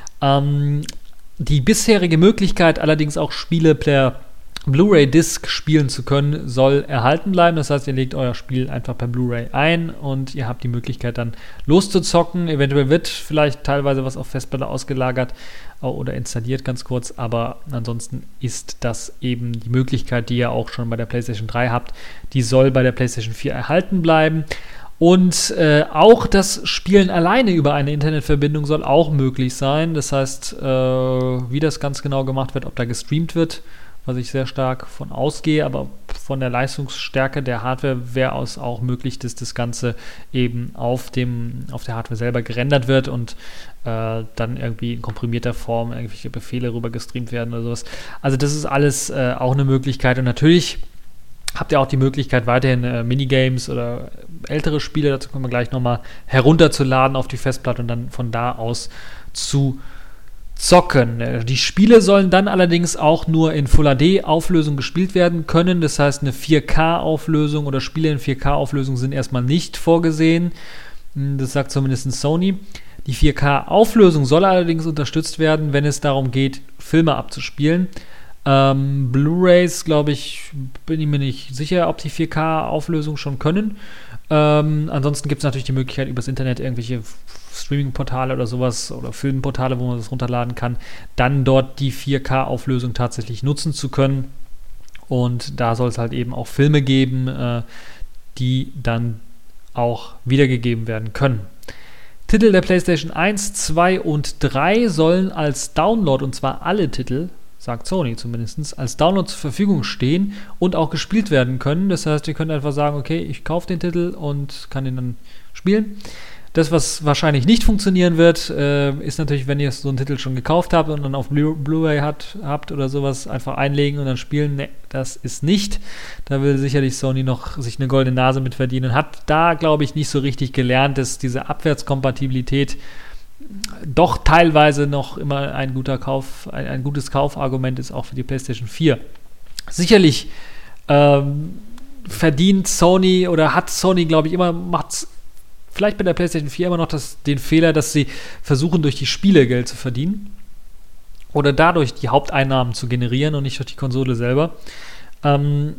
Ähm, die bisherige Möglichkeit, allerdings auch Spiele per Blu-ray-Disc spielen zu können, soll erhalten bleiben. Das heißt, ihr legt euer Spiel einfach per Blu-ray ein und ihr habt die Möglichkeit dann loszuzocken. Eventuell wird vielleicht teilweise was auf Festplatte ausgelagert oder installiert, ganz kurz. Aber ansonsten ist das eben die Möglichkeit, die ihr auch schon bei der PlayStation drei habt. Die soll bei der PlayStation vier erhalten bleiben. Und äh, auch das Spielen alleine über eine Internetverbindung soll auch möglich sein. Das heißt, äh, wie das ganz genau gemacht wird, ob da gestreamt wird, was ich sehr stark von ausgehe, aber von der Leistungsstärke der Hardware wäre aus auch möglich, dass das Ganze eben auf dem auf der Hardware selber gerendert wird und äh, dann irgendwie in komprimierter Form irgendwelche Befehle rüber gestreamt werden oder sowas. Also das ist alles äh, auch eine Möglichkeit und natürlich habt ihr auch die Möglichkeit, weiterhin äh, Minigames oder ältere Spiele, dazu kommen wir gleich nochmal, herunterzuladen auf die Festplatte und dann von da aus zu zocken. Die Spiele sollen dann allerdings auch nur in Full H D-Auflösung gespielt werden können. Das heißt, eine vier K-Auflösung oder Spiele in vier K-Auflösung sind erstmal nicht vorgesehen. Das sagt zumindest Sony. Die vier K-Auflösung soll allerdings unterstützt werden, wenn es darum geht, Filme abzuspielen. Ähm, Blu-rays, glaube ich, bin ich mir nicht sicher, ob die vier K-Auflösung schon können. Ähm, ansonsten gibt es natürlich die Möglichkeit, übers Internet irgendwelche Streaming-Portale oder sowas oder Filmportale, wo man das runterladen kann, dann dort die vier K-Auflösung tatsächlich nutzen zu können. Und da soll es halt eben auch Filme geben, äh, die dann auch wiedergegeben werden können. Titel der PlayStation eins, zwei und drei sollen als Download, und zwar alle Titel, sagt Sony zumindest, als Download zur Verfügung stehen und auch gespielt werden können. Das heißt, ihr könnt einfach sagen, okay, ich kaufe den Titel und kann ihn dann spielen. Das, was wahrscheinlich nicht funktionieren wird, äh, ist natürlich, wenn ihr so einen Titel schon gekauft habt und dann auf Blu- Blu-ray hat, habt oder sowas, einfach einlegen und dann spielen. Ne, das ist nicht. Da will sicherlich Sony noch sich eine goldene Nase mit verdienen. Hat da, glaube ich, nicht so richtig gelernt, dass diese Abwärtskompatibilität doch teilweise noch immer ein guter Kauf, ein, ein gutes Kaufargument ist, auch für die PlayStation vier. Sicherlich ähm, verdient Sony oder hat Sony, glaube ich, immer, macht's vielleicht bei der PlayStation vier immer noch das, den Fehler, dass sie versuchen, durch die Spiele Geld zu verdienen oder dadurch die Haupteinnahmen zu generieren und nicht durch die Konsole selber. Ähm,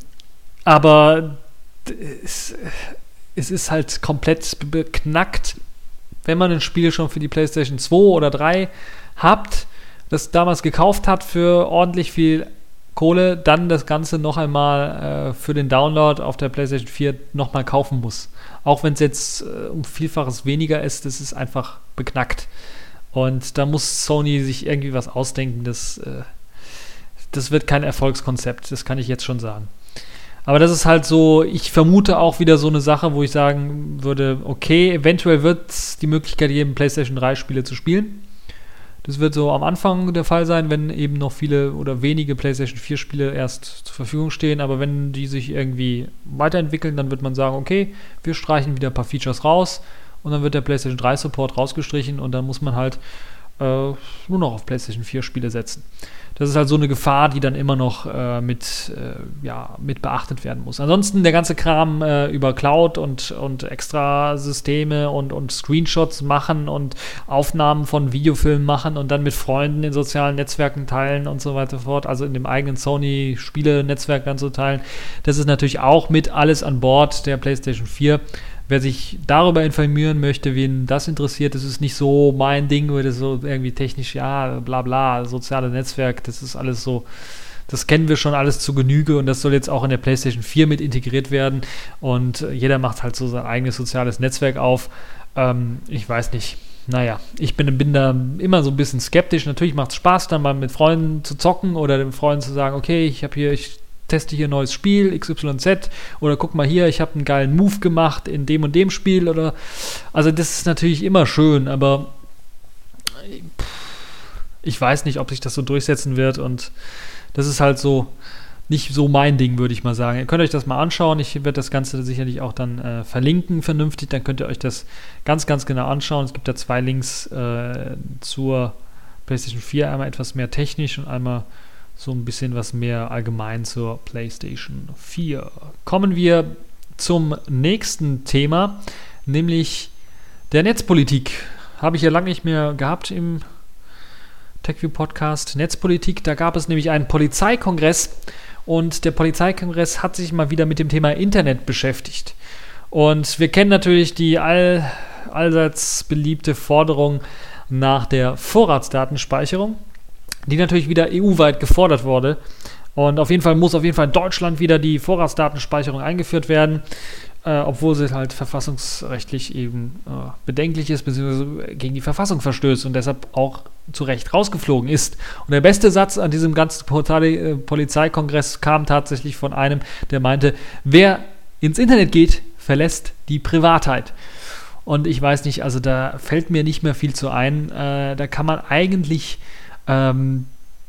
aber es, es ist halt komplett beknackt, wenn man ein Spiel schon für die PlayStation zwei oder drei habt, das damals gekauft hat für ordentlich viel Kohle, dann das Ganze noch einmal äh, für den Download auf der PlayStation vier nochmal kaufen muss. Auch wenn es jetzt äh, um Vielfaches weniger ist, das ist einfach beknackt. Und da muss Sony sich irgendwie was ausdenken. Das, äh, das wird kein Erfolgskonzept, das kann ich jetzt schon sagen. Aber das ist halt so, ich vermute auch wieder so eine Sache, wo ich sagen würde, okay, eventuell wird es die Möglichkeit geben, PlayStation drei Spiele zu spielen. Das wird so am Anfang der Fall sein, wenn eben noch viele oder wenige PlayStation vier Spiele erst zur Verfügung stehen. Aber wenn die sich irgendwie weiterentwickeln, dann wird man sagen, okay, wir streichen wieder ein paar Features raus und dann wird der PlayStation drei Support rausgestrichen und dann muss man halt äh, nur noch auf PlayStation vier Spiele setzen. Das ist halt so eine Gefahr, die dann immer noch äh, mit, äh, ja, mit beachtet werden muss. Ansonsten der ganze Kram äh, über Cloud und, und extra Systeme und, und Screenshots machen und Aufnahmen von Videofilmen machen und dann mit Freunden in sozialen Netzwerken teilen und so weiter fort, also in dem eigenen Sony-Spiele-Netzwerk dann zu teilen. Das ist natürlich auch mit alles an Bord der PlayStation vier. Wer sich darüber informieren möchte, wen das interessiert, das ist nicht so mein Ding, weil das so irgendwie technisch, ja, bla bla, soziale Netzwerk, das ist alles so, das kennen wir schon alles zu Genüge und das soll jetzt auch in der PlayStation vier mit integriert werden und jeder macht halt so sein eigenes soziales Netzwerk auf. Ähm, ich weiß nicht, naja, ich bin, bin da immer so ein bisschen skeptisch. Natürlich macht es Spaß, dann mal mit Freunden zu zocken oder den Freunden zu sagen, okay, ich habe hier, ich teste hier ein neues Spiel, X Y Z, oder guck mal hier, ich habe einen geilen Move gemacht in dem und dem Spiel, oder, also das ist natürlich immer schön, aber ich weiß nicht, ob sich das so durchsetzen wird und das ist halt so nicht so mein Ding, würde ich mal sagen. Ihr könnt euch das mal anschauen, ich werde das Ganze sicherlich auch dann äh, verlinken vernünftig, dann könnt ihr euch das ganz, ganz genau anschauen. Es gibt da zwei Links äh, zur PlayStation vier, einmal etwas mehr technisch und einmal so ein bisschen was mehr allgemein zur PlayStation vier. Kommen wir zum nächsten Thema, nämlich der Netzpolitik. Habe ich ja lange nicht mehr gehabt im TechView-Podcast. Netzpolitik, da gab es nämlich einen Polizeikongress und der Polizeikongress hat sich mal wieder mit dem Thema Internet beschäftigt. Und wir kennen natürlich die all, allseits beliebte Forderung nach der Vorratsdatenspeicherung, die natürlich wieder E U-weit gefordert wurde. Und auf jeden Fall muss auf jeden Fall in Deutschland wieder die Vorratsdatenspeicherung eingeführt werden, äh, obwohl sie halt verfassungsrechtlich eben äh, bedenklich ist, beziehungsweise gegen die Verfassung verstößt und deshalb auch zu Recht rausgeflogen ist. Und der beste Satz an diesem ganzen Poli- Polizeikongress kam tatsächlich von einem, der meinte, wer ins Internet geht, verlässt die Privatheit. Und ich weiß nicht, also da fällt mir nicht mehr viel zu ein. Äh, da kann man eigentlich Ähm,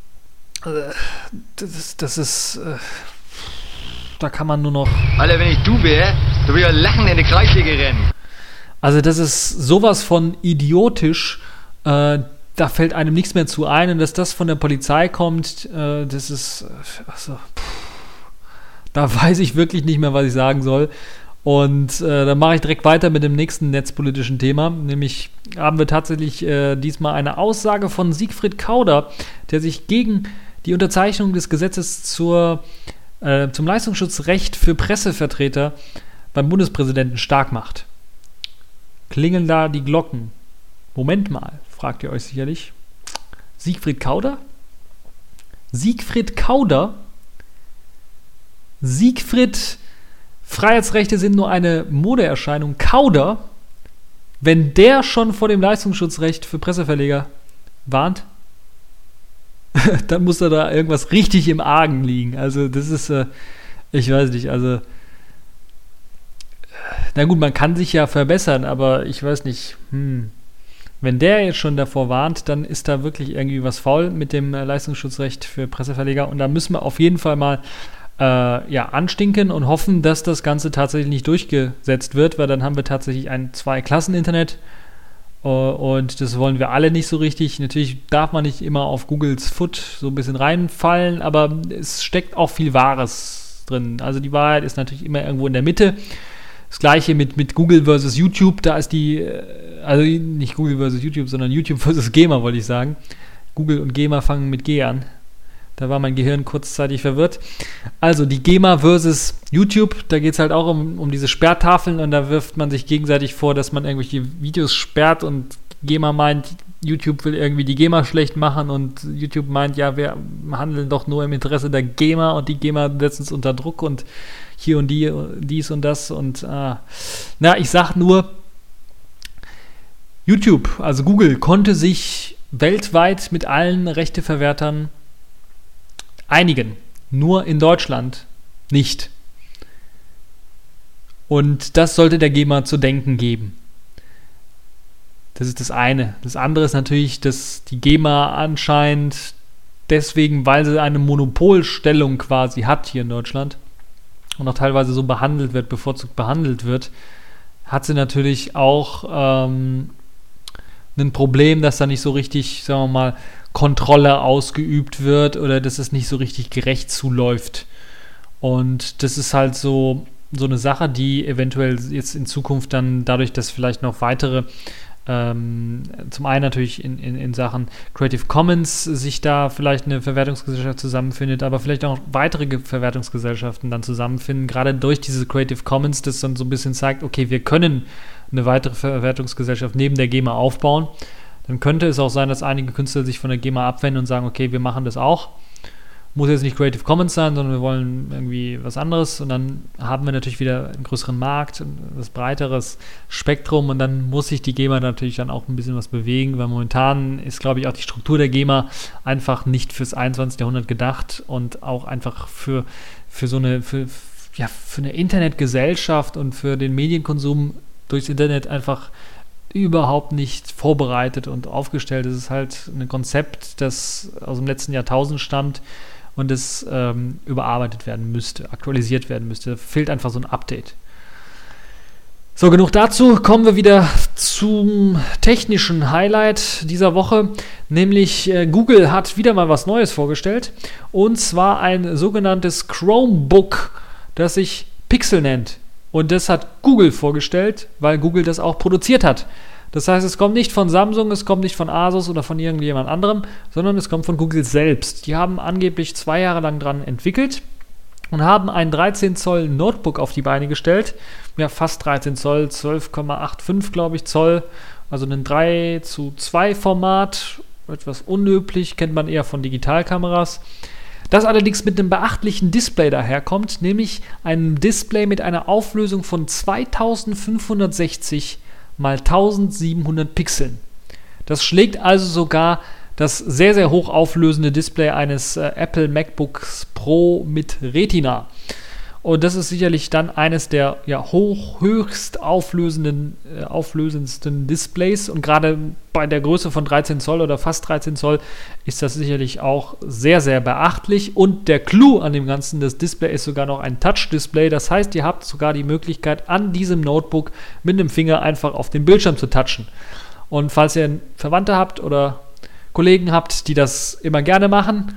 das, das ist, äh, da kann man nur noch... Alter, wenn ich du wäre, du würdest ja lachen in die Kreissäge rennen. Also das ist sowas von idiotisch, äh, da fällt einem nichts mehr zu ein und dass das von der Polizei kommt, äh, das ist, also, pff, da weiß ich wirklich nicht mehr, was ich sagen soll. Und äh, dann mache ich direkt weiter mit dem nächsten netzpolitischen Thema, nämlich haben wir tatsächlich äh, diesmal eine Aussage von Siegfried Kauder, der sich gegen die Unterzeichnung des Gesetzes zur, äh, zum Leistungsschutzrecht für Pressevertreter beim Bundespräsidenten stark macht. Klingeln da die Glocken? Moment mal, fragt ihr euch sicherlich. Siegfried Kauder? Siegfried Kauder? Siegfried... Freiheitsrechte sind nur eine Modeerscheinung. Kauder, wenn der schon vor dem Leistungsschutzrecht für Presseverleger warnt, dann muss da da irgendwas richtig im Argen liegen. Also das ist, äh, ich weiß nicht, also na gut, man kann sich ja verbessern, aber ich weiß nicht, hm, wenn der jetzt schon davor warnt, dann ist da wirklich irgendwie was faul mit dem äh, Leistungsschutzrecht für Presseverleger und da müssen wir auf jeden Fall mal Äh, ja, anstinken und hoffen, dass das Ganze tatsächlich nicht durchgesetzt wird, weil dann haben wir tatsächlich ein Zwei-Klassen-Internet uh, und das wollen wir alle nicht so richtig. Natürlich darf man nicht immer auf Googles Foot so ein bisschen reinfallen, aber es steckt auch viel Wahres drin. Also die Wahrheit ist natürlich immer irgendwo in der Mitte. Das gleiche mit, mit Google versus YouTube, da ist die, also nicht Google versus YouTube, sondern YouTube versus GEMA, wollte ich sagen. Google und GEMA fangen mit G an. Da war mein Gehirn kurzzeitig verwirrt. Also die GEMA versus YouTube, da geht es halt auch um, um diese Sperrtafeln und da wirft man sich gegenseitig vor, dass man irgendwelche Videos sperrt und GEMA meint, YouTube will irgendwie die GEMA schlecht machen und YouTube meint, ja, wir handeln doch nur im Interesse der GEMA und die GEMA setzt uns unter Druck und hier und die, dies und das und äh, na, ich sag nur, YouTube, also Google, konnte sich weltweit mit allen Rechteverwertern einigen, nur in Deutschland nicht. Und das sollte der GEMA zu denken geben. Das ist das eine. Das andere ist natürlich, dass die GEMA anscheinend deswegen, weil sie eine Monopolstellung quasi hat hier in Deutschland und auch teilweise so behandelt wird, bevorzugt behandelt wird, hat sie natürlich auch ähm, ein Problem, dass da nicht so richtig, sagen wir mal, Kontrolle ausgeübt wird oder dass es nicht so richtig gerecht zuläuft. Und das ist halt so, so eine Sache, die eventuell jetzt in Zukunft dann dadurch, dass vielleicht noch weitere ähm, zum einen natürlich in, in, in Sachen Creative Commons sich da vielleicht eine Verwertungsgesellschaft zusammenfindet, aber vielleicht auch weitere Ge- Verwertungsgesellschaften dann zusammenfinden, gerade durch diese Creative Commons, das dann so ein bisschen zeigt, okay, wir können eine weitere Verwertungsgesellschaft neben der GEMA aufbauen. Dann könnte es auch sein, dass einige Künstler sich von der GEMA abwenden und sagen, okay, wir machen das auch. Muss jetzt nicht Creative Commons sein, sondern wir wollen irgendwie was anderes. Und dann haben wir natürlich wieder einen größeren Markt, ein breiteres Spektrum. Und dann muss sich die GEMA natürlich dann auch ein bisschen was bewegen, weil momentan ist, glaube ich, auch die Struktur der GEMA einfach nicht fürs einundzwanzigste. Jahrhundert gedacht und auch einfach für, für so eine, für, ja, für eine Internetgesellschaft und für den Medienkonsum durchs Internet einfach überhaupt nicht vorbereitet und aufgestellt. Es ist halt ein Konzept, das aus dem letzten Jahrtausend stammt und das ähm, überarbeitet werden müsste, aktualisiert werden müsste. Da fehlt einfach so ein Update. So, genug dazu. Kommen wir wieder zum technischen Highlight dieser Woche, nämlich äh, Google hat wieder mal was Neues vorgestellt und zwar ein sogenanntes Chromebook, das sich Pixel nennt. Und das hat Google vorgestellt, weil Google das auch produziert hat. Das heißt, es kommt nicht von Samsung, es kommt nicht von Asus oder von irgendjemand anderem, sondern es kommt von Google selbst. Die haben angeblich zwei Jahre lang dran entwickelt und haben ein dreizehn Zoll Notebook auf die Beine gestellt. Ja, fast dreizehn Zoll, zwölf Komma fünfundachtzig, glaube ich, Zoll. Also ein drei zu zwei Format, etwas unüblich, kennt man eher von Digitalkameras. Das allerdings mit einem beachtlichen Display daherkommt, nämlich einem Display mit einer Auflösung von zweitausendfünfhundertsechzig mal eintausendsiebenhundert Pixeln. Das schlägt also sogar das sehr, sehr hoch auflösende Display eines äh, Apple MacBooks Pro mit Retina. Und das ist sicherlich dann eines der ja, hoch, höchst auflösenden, äh, auflösendsten Displays. Und gerade bei der Größe von dreizehn Zoll oder fast dreizehn Zoll ist das sicherlich auch sehr, sehr beachtlich. Und der Clou an dem Ganzen, das Display ist sogar noch ein Touch-Display. Das heißt, ihr habt sogar die Möglichkeit, an diesem Notebook mit dem Finger einfach auf den Bildschirm zu touchen. Und falls ihr Verwandte habt oder Kollegen habt, die das immer gerne machen,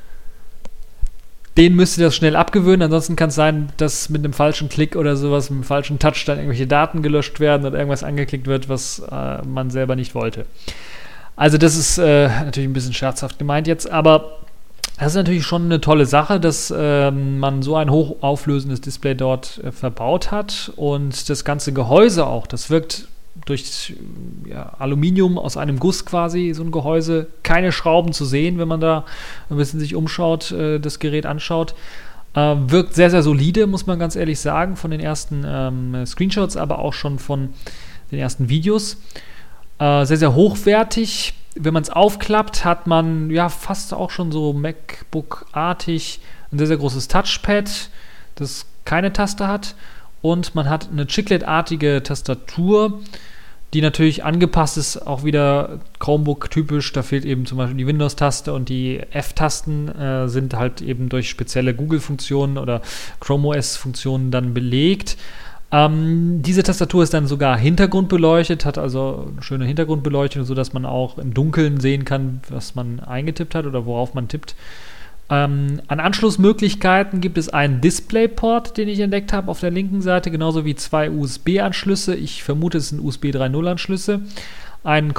denen müsst ihr das schnell abgewöhnen, ansonsten kann es sein, dass mit einem falschen Klick oder sowas, mit einem falschen Touch dann irgendwelche Daten gelöscht werden oder irgendwas angeklickt wird, was äh, man selber nicht wollte. Also das ist äh, natürlich ein bisschen scherzhaft gemeint jetzt, aber das ist natürlich schon eine tolle Sache, dass äh, man so ein hochauflösendes Display dort äh, verbaut hat und das ganze Gehäuse auch, das wirkt durch ja, Aluminium aus einem Guss quasi, so ein Gehäuse, keine Schrauben zu sehen, wenn man da ein bisschen sich umschaut, äh, das Gerät anschaut. Äh, wirkt sehr, sehr solide, muss man ganz ehrlich sagen, von den ersten ähm, Screenshots, aber auch schon von den ersten Videos. Äh, sehr, sehr hochwertig. Wenn man es aufklappt, hat man ja fast auch schon so MacBook-artig ein sehr, sehr großes Touchpad, das keine Taste hat. Und man hat eine Chiclet-artige Tastatur, die natürlich angepasst ist, auch wieder Chromebook-typisch. Da fehlt eben zum Beispiel die Windows-Taste und die F-Tasten äh, sind halt eben durch spezielle Google-Funktionen oder Chrome O S-Funktionen dann belegt. Ähm, diese Tastatur ist dann sogar hintergrundbeleuchtet, hat also eine schöne Hintergrundbeleuchtung, sodass man auch im Dunkeln sehen kann, was man eingetippt hat oder worauf man tippt. Ähm, an Anschlussmöglichkeiten gibt es einen DisplayPort, den ich entdeckt habe auf der linken Seite, genauso wie zwei U S B-Anschlüsse. Ich vermute, es sind U S B drei Punkt null-Anschlüsse. Ein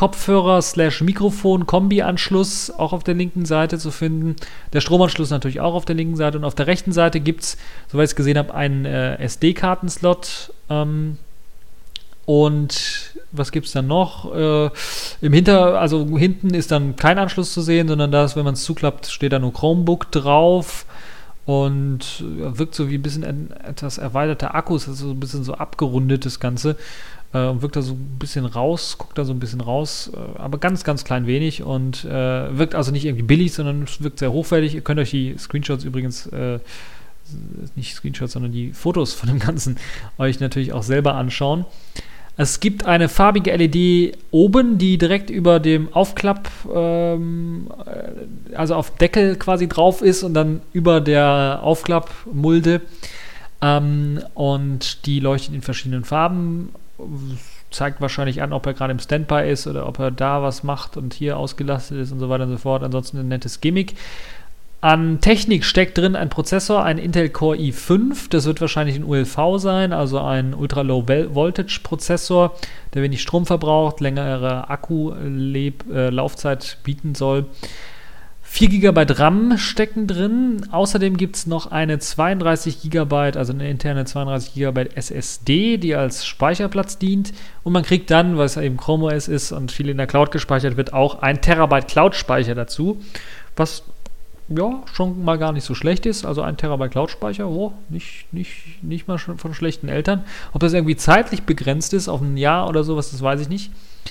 Kopfhörer-Mikrophon-Kombi-Anschluss auch auf der linken Seite zu finden. Der Stromanschluss natürlich auch auf der linken Seite. Und auf der rechten Seite gibt es, soweit ich es gesehen habe, einen äh, S D-Kartenslot. Ähm, und was gibt es dann noch? Äh, im Hinter, also hinten ist dann kein Anschluss zu sehen, sondern da ist, wenn man es zuklappt, steht da nur Chromebook drauf und ja, wirkt so wie ein bisschen ein etwas erweiterter Akku, ist also so ein bisschen so abgerundet das Ganze äh, und wirkt da so ein bisschen raus, guckt da so ein bisschen raus, äh, aber ganz, ganz klein wenig und äh, wirkt also nicht irgendwie billig, sondern es wirkt sehr hochwertig. Ihr könnt euch die Screenshots übrigens äh, nicht Screenshots, sondern die Fotos von dem Ganzen euch natürlich auch selber anschauen. Es gibt eine farbige L E D oben, die direkt über dem Aufklapp, ähm, also auf Deckel quasi drauf ist und dann über der Aufklappmulde. Ähm, und die leuchtet in verschiedenen Farben zeigt wahrscheinlich an, ob er gerade im Standby ist oder ob er da was macht und hier ausgelastet ist und so weiter und so fort. Ansonsten ein nettes Gimmick. An Technik steckt drin ein Prozessor, ein Intel Core i fünf, das wird wahrscheinlich ein U L V sein, also ein Ultra-Low-Voltage-Prozessor, der wenig Strom verbraucht, längere Akkulaufzeit äh, bieten soll. vier Gigabyte RAM stecken drin, außerdem gibt es noch eine zweiunddreißig Gigabyte, also eine interne zweiunddreißig Gigabyte S S D, die als Speicherplatz dient, und man kriegt dann, weil es eben Chrome O S ist und viel in der Cloud gespeichert wird, auch ein Terabyte Cloud-Speicher dazu, was ja, schon mal gar nicht so schlecht ist. Also ein Terabyte Cloud-Speicher, oh, nicht, nicht, nicht mal von schlechten Eltern. Ob das irgendwie zeitlich begrenzt ist, auf ein Jahr oder sowas, das weiß ich nicht.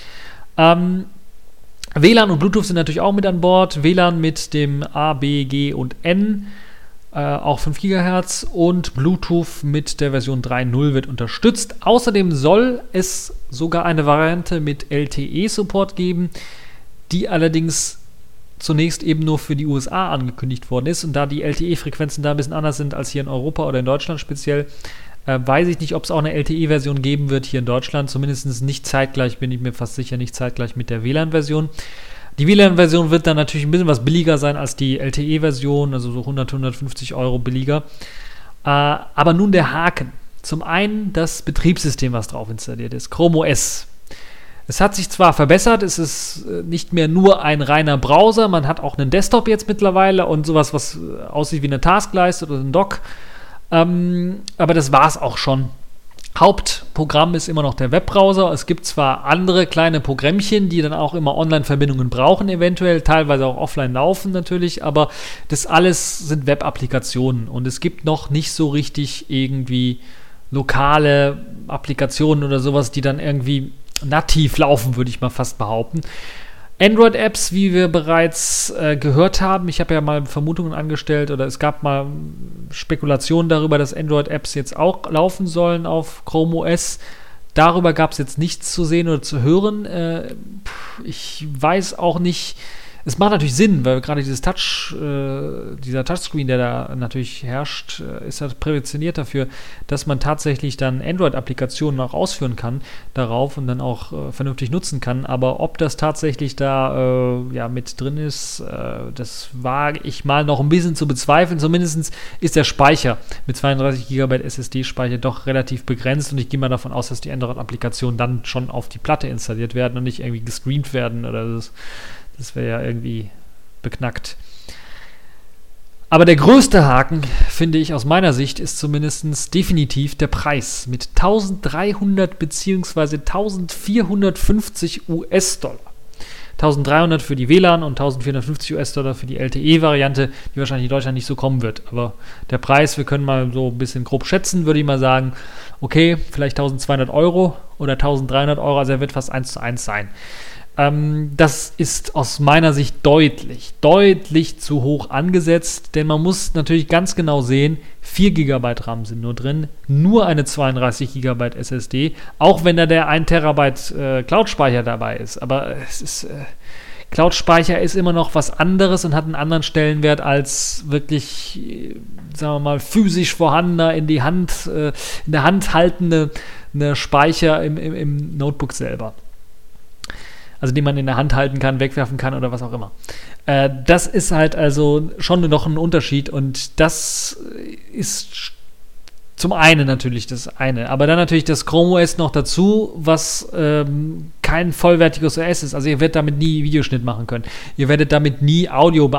Ähm, W L A N und Bluetooth sind natürlich auch mit an Bord. W L A N mit dem A, B, G und N, äh, auch fünf Gigahertz, und Bluetooth mit der Version drei Punkt null wird unterstützt. Außerdem soll es sogar eine Variante mit L T E-Support geben, die allerdings zunächst eben nur für die U S A angekündigt worden ist, und da die L T E-Frequenzen da ein bisschen anders sind als hier in Europa oder in Deutschland speziell, äh, weiß ich nicht, ob es auch eine L T E-Version geben wird hier in Deutschland, zumindest nicht zeitgleich, bin ich mir fast sicher, nicht zeitgleich mit der W L A N-Version. Die W L A N-Version wird dann natürlich ein bisschen was billiger sein als die L T E-Version, also so hundert, hundertfünfzig Euro billiger. Äh, aber nun der Haken. Zum einen das Betriebssystem, was drauf installiert ist, Chrome O S. Es hat sich zwar verbessert, es ist nicht mehr nur ein reiner Browser, man hat auch einen Desktop jetzt mittlerweile und sowas, was aussieht wie eine Taskleiste oder ein Dock, ähm, aber das war es auch schon. Hauptprogramm ist immer noch der Webbrowser. Es gibt zwar andere kleine Programmchen, die dann auch immer Online-Verbindungen brauchen, eventuell, teilweise auch offline laufen natürlich, aber das alles sind Web-Applikationen und es gibt noch nicht so richtig irgendwie lokale Applikationen oder sowas, die dann irgendwie nativ laufen, würde ich mal fast behaupten. Android-Apps, wie wir bereits äh, gehört haben, ich habe ja mal Vermutungen angestellt oder es gab mal Spekulationen darüber, dass Android-Apps jetzt auch laufen sollen auf Chrome O S. Darüber gab es jetzt nichts zu sehen oder zu hören. Äh, ich weiß auch nicht, es macht natürlich Sinn, weil gerade dieses Touch, äh, dieser Touchscreen, der da natürlich herrscht, äh, ist halt prädestiniert dafür, dass man tatsächlich dann Android-Applikationen auch ausführen kann darauf und dann auch äh, vernünftig nutzen kann. Aber ob das tatsächlich da äh, ja, mit drin ist, äh, das wage ich mal noch ein bisschen zu bezweifeln. Zumindest ist der Speicher mit zweiunddreißig Gigabyte S S D-Speicher doch relativ begrenzt und ich gehe mal davon aus, dass die Android-Applikationen dann schon auf die Platte installiert werden und nicht irgendwie gestreamt werden oder das. Das wäre ja irgendwie beknackt. Aber der größte Haken, finde ich aus meiner Sicht, ist zumindest definitiv der Preis mit eintausenddreihundert bzw. eintausendvierhundertfünfzig US-Dollar. eintausenddreihundert für die W L A N und eintausendvierhundertfünfzig US-Dollar für die L T E-Variante, die wahrscheinlich in Deutschland nicht so kommen wird. Aber der Preis, wir können mal so ein bisschen grob schätzen, würde ich mal sagen, okay, vielleicht eintausendzweihundert Euro oder eintausenddreihundert Euro, also er wird fast eins zu eins sein. Ähm, das ist aus meiner Sicht deutlich, deutlich zu hoch angesetzt, denn man muss natürlich ganz genau sehen, vier Gigabyte RAM sind nur drin, nur eine zweiunddreißig Gigabyte S S D, auch wenn da der ein Terabyte äh, Cloud-Speicher dabei ist, aber es ist, äh, Cloud-Speicher ist immer noch was anderes und hat einen anderen Stellenwert als wirklich, äh, sagen wir mal, physisch vorhandener, in die Hand, äh, in der Hand haltende eine Speicher im, im, im Notebook selber. Also den man in der Hand halten kann, wegwerfen kann oder was auch immer. Äh, das ist halt also schon noch ein Unterschied und das ist zum einen natürlich das eine, aber dann natürlich das Chrome O S noch dazu, was ähm, kein vollwertiges O S ist. Also ihr werdet damit nie Videoschnitt machen können. Ihr werdet damit nie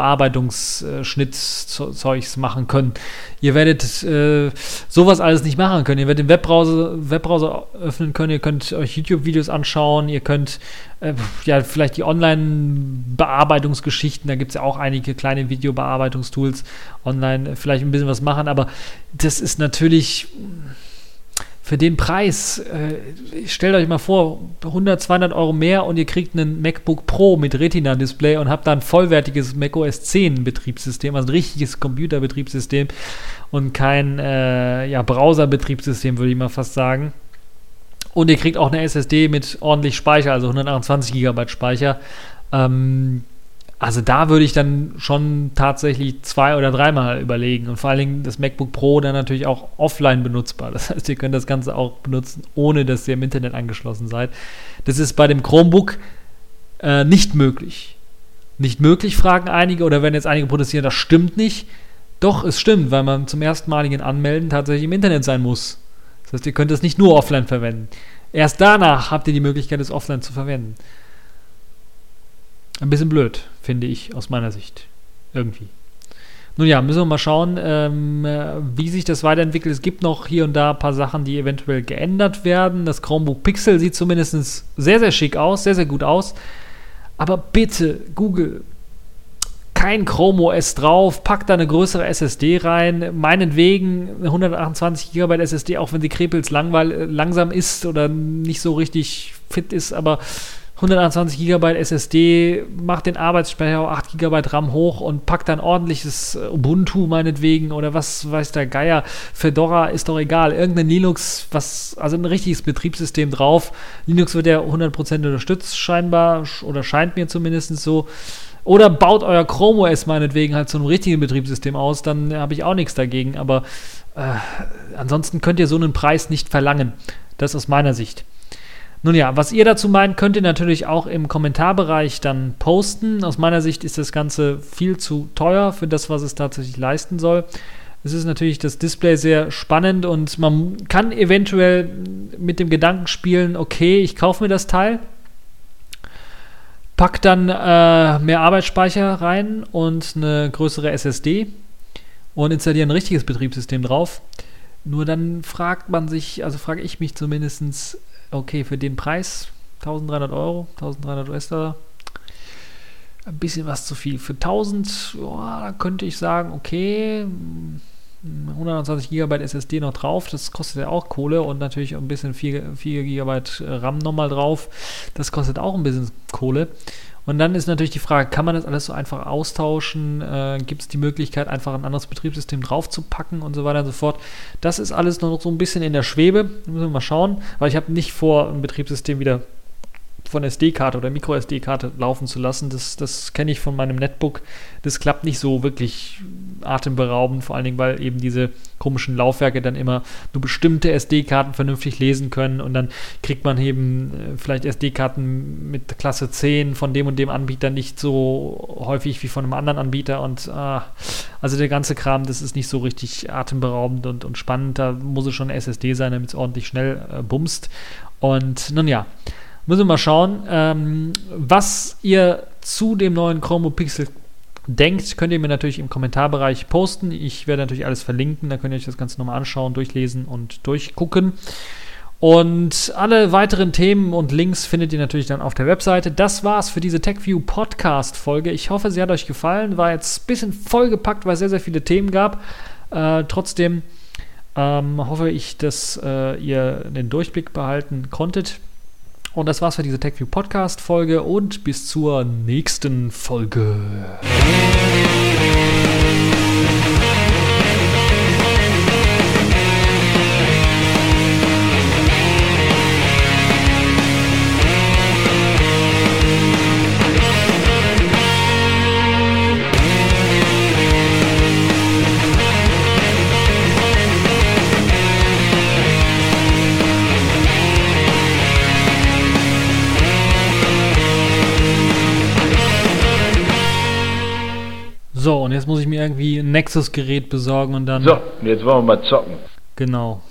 Audiobearbeitungsschnittzeugs machen können. Ihr werdet äh, sowas alles nicht machen können. Ihr werdet den Webbrowser, Webbrowser öffnen können, ihr könnt euch YouTube-Videos anschauen, ihr könnt äh, ja vielleicht die Online-Bearbeitungsgeschichten, da gibt es ja auch einige kleine Videobearbeitungstools online, vielleicht ein bisschen was machen, aber das ist natürlich für den Preis, äh, stellt euch mal vor, hundert, zweihundert Euro mehr und ihr kriegt einen MacBook Pro mit Retina-Display und habt dann ein vollwertiges macOS zehn Betriebssystem, also ein richtiges Computerbetriebssystem und kein äh, ja, Browser-Betriebssystem, würde ich mal fast sagen. Und ihr kriegt auch eine S S D mit ordentlich Speicher, also hundertachtundzwanzig Gigabyte Speicher. Ähm, Also da würde ich dann schon tatsächlich zwei- oder dreimal überlegen und vor allen Dingen das MacBook Pro dann natürlich auch offline benutzbar. Das heißt, ihr könnt das Ganze auch benutzen, ohne dass ihr im Internet angeschlossen seid. Das ist bei dem Chromebook äh, nicht möglich. Nicht möglich, fragen einige, oder werden jetzt einige protestieren, das stimmt nicht. Doch, es stimmt, weil man zum erstmaligen Anmelden tatsächlich im Internet sein muss. Das heißt, ihr könnt es nicht nur offline verwenden. Erst danach habt ihr die Möglichkeit, es offline zu verwenden. Ein bisschen blöd, finde ich, aus meiner Sicht. Irgendwie. Nun ja, müssen wir mal schauen, ähm, wie sich das weiterentwickelt. Es gibt noch hier und da ein paar Sachen, die eventuell geändert werden. Das Chromebook Pixel sieht zumindest sehr, sehr schick aus, sehr, sehr gut aus. Aber bitte, Google, kein Chrome O S drauf, packt da eine größere S S D rein. Meinetwegen eine hundertachtundzwanzig Gigabyte S S D, auch wenn sie krepels langweil- langsam ist oder nicht so richtig fit ist, aber hundertachtundzwanzig Gigabyte S S D, macht den Arbeitsspeicher auf acht Gigabyte RAM hoch und packt dann ordentliches Ubuntu meinetwegen oder was weiß der Geier, Fedora, ist doch egal, irgendein Linux, was, also ein richtiges Betriebssystem drauf. Linux wird ja hundert Prozent unterstützt scheinbar, oder scheint mir zumindest so. Oder baut euer Chrome O S meinetwegen halt zu einem richtigen Betriebssystem aus, dann habe ich auch nichts dagegen, aber äh, ansonsten könnt ihr so einen Preis nicht verlangen. Das aus meiner Sicht. Nun ja, was ihr dazu meint, könnt ihr natürlich auch im Kommentarbereich dann posten. Aus meiner Sicht ist das Ganze viel zu teuer für das, was es tatsächlich leisten soll. Es ist natürlich das Display sehr spannend und man kann eventuell mit dem Gedanken spielen, okay, ich kaufe mir das Teil, pack dann äh, mehr Arbeitsspeicher rein und eine größere S S D und installiere ein richtiges Betriebssystem drauf. Nur dann fragt man sich, also frage ich mich zumindest, okay, für den Preis, dreizehnhundert Euro, dreizehnhundert U S-Dollar, ein bisschen was zu viel. Für tausend, ja, da könnte ich sagen, okay, hundertzwanzig Gigabyte S S D noch drauf, das kostet ja auch Kohle und natürlich ein bisschen vier Gigabyte RAM nochmal drauf, das kostet auch ein bisschen Kohle. Und dann ist natürlich die Frage, kann man das alles so einfach austauschen? Äh, gibt es die Möglichkeit, einfach ein anderes Betriebssystem draufzupacken und so weiter und so fort? Das ist alles noch so ein bisschen in der Schwebe. Da müssen wir mal schauen, weil ich habe nicht vor, ein Betriebssystem wieder von S D-Karte oder Micro-S D-Karte laufen zu lassen. Das, das kenne ich von meinem Netbook. Das klappt nicht so wirklich atemberaubend, vor allen Dingen, weil eben diese komischen Laufwerke dann immer nur bestimmte S D-Karten vernünftig lesen können und dann kriegt man eben äh, vielleicht S D-Karten mit Klasse zehn von dem und dem Anbieter nicht so häufig wie von einem anderen Anbieter und äh, also der ganze Kram, das ist nicht so richtig atemberaubend und, und spannend. Da muss es schon eine S S D sein, damit es ordentlich schnell äh, bumst. Und nun ja, müssen wir mal schauen, ähm, was ihr zu dem neuen Chromebook Pixel denkt, könnt ihr mir natürlich im Kommentarbereich posten. Ich werde natürlich alles verlinken, da könnt ihr euch das Ganze nochmal anschauen, durchlesen und durchgucken. Und alle weiteren Themen und Links findet ihr natürlich dann auf der Webseite. Das war's für diese TechView Podcast-Folge. Ich hoffe, sie hat euch gefallen. War jetzt ein bisschen vollgepackt, weil es sehr, sehr viele Themen gab. Äh, trotzdem ähm, hoffe ich, dass äh, ihr den Durchblick behalten konntet. Und das war's für diese TechView Podcast-Folge und bis zur nächsten Folge. So, und jetzt muss ich mir irgendwie ein Nexus-Gerät besorgen und dann... So, jetzt wollen wir mal zocken. Genau.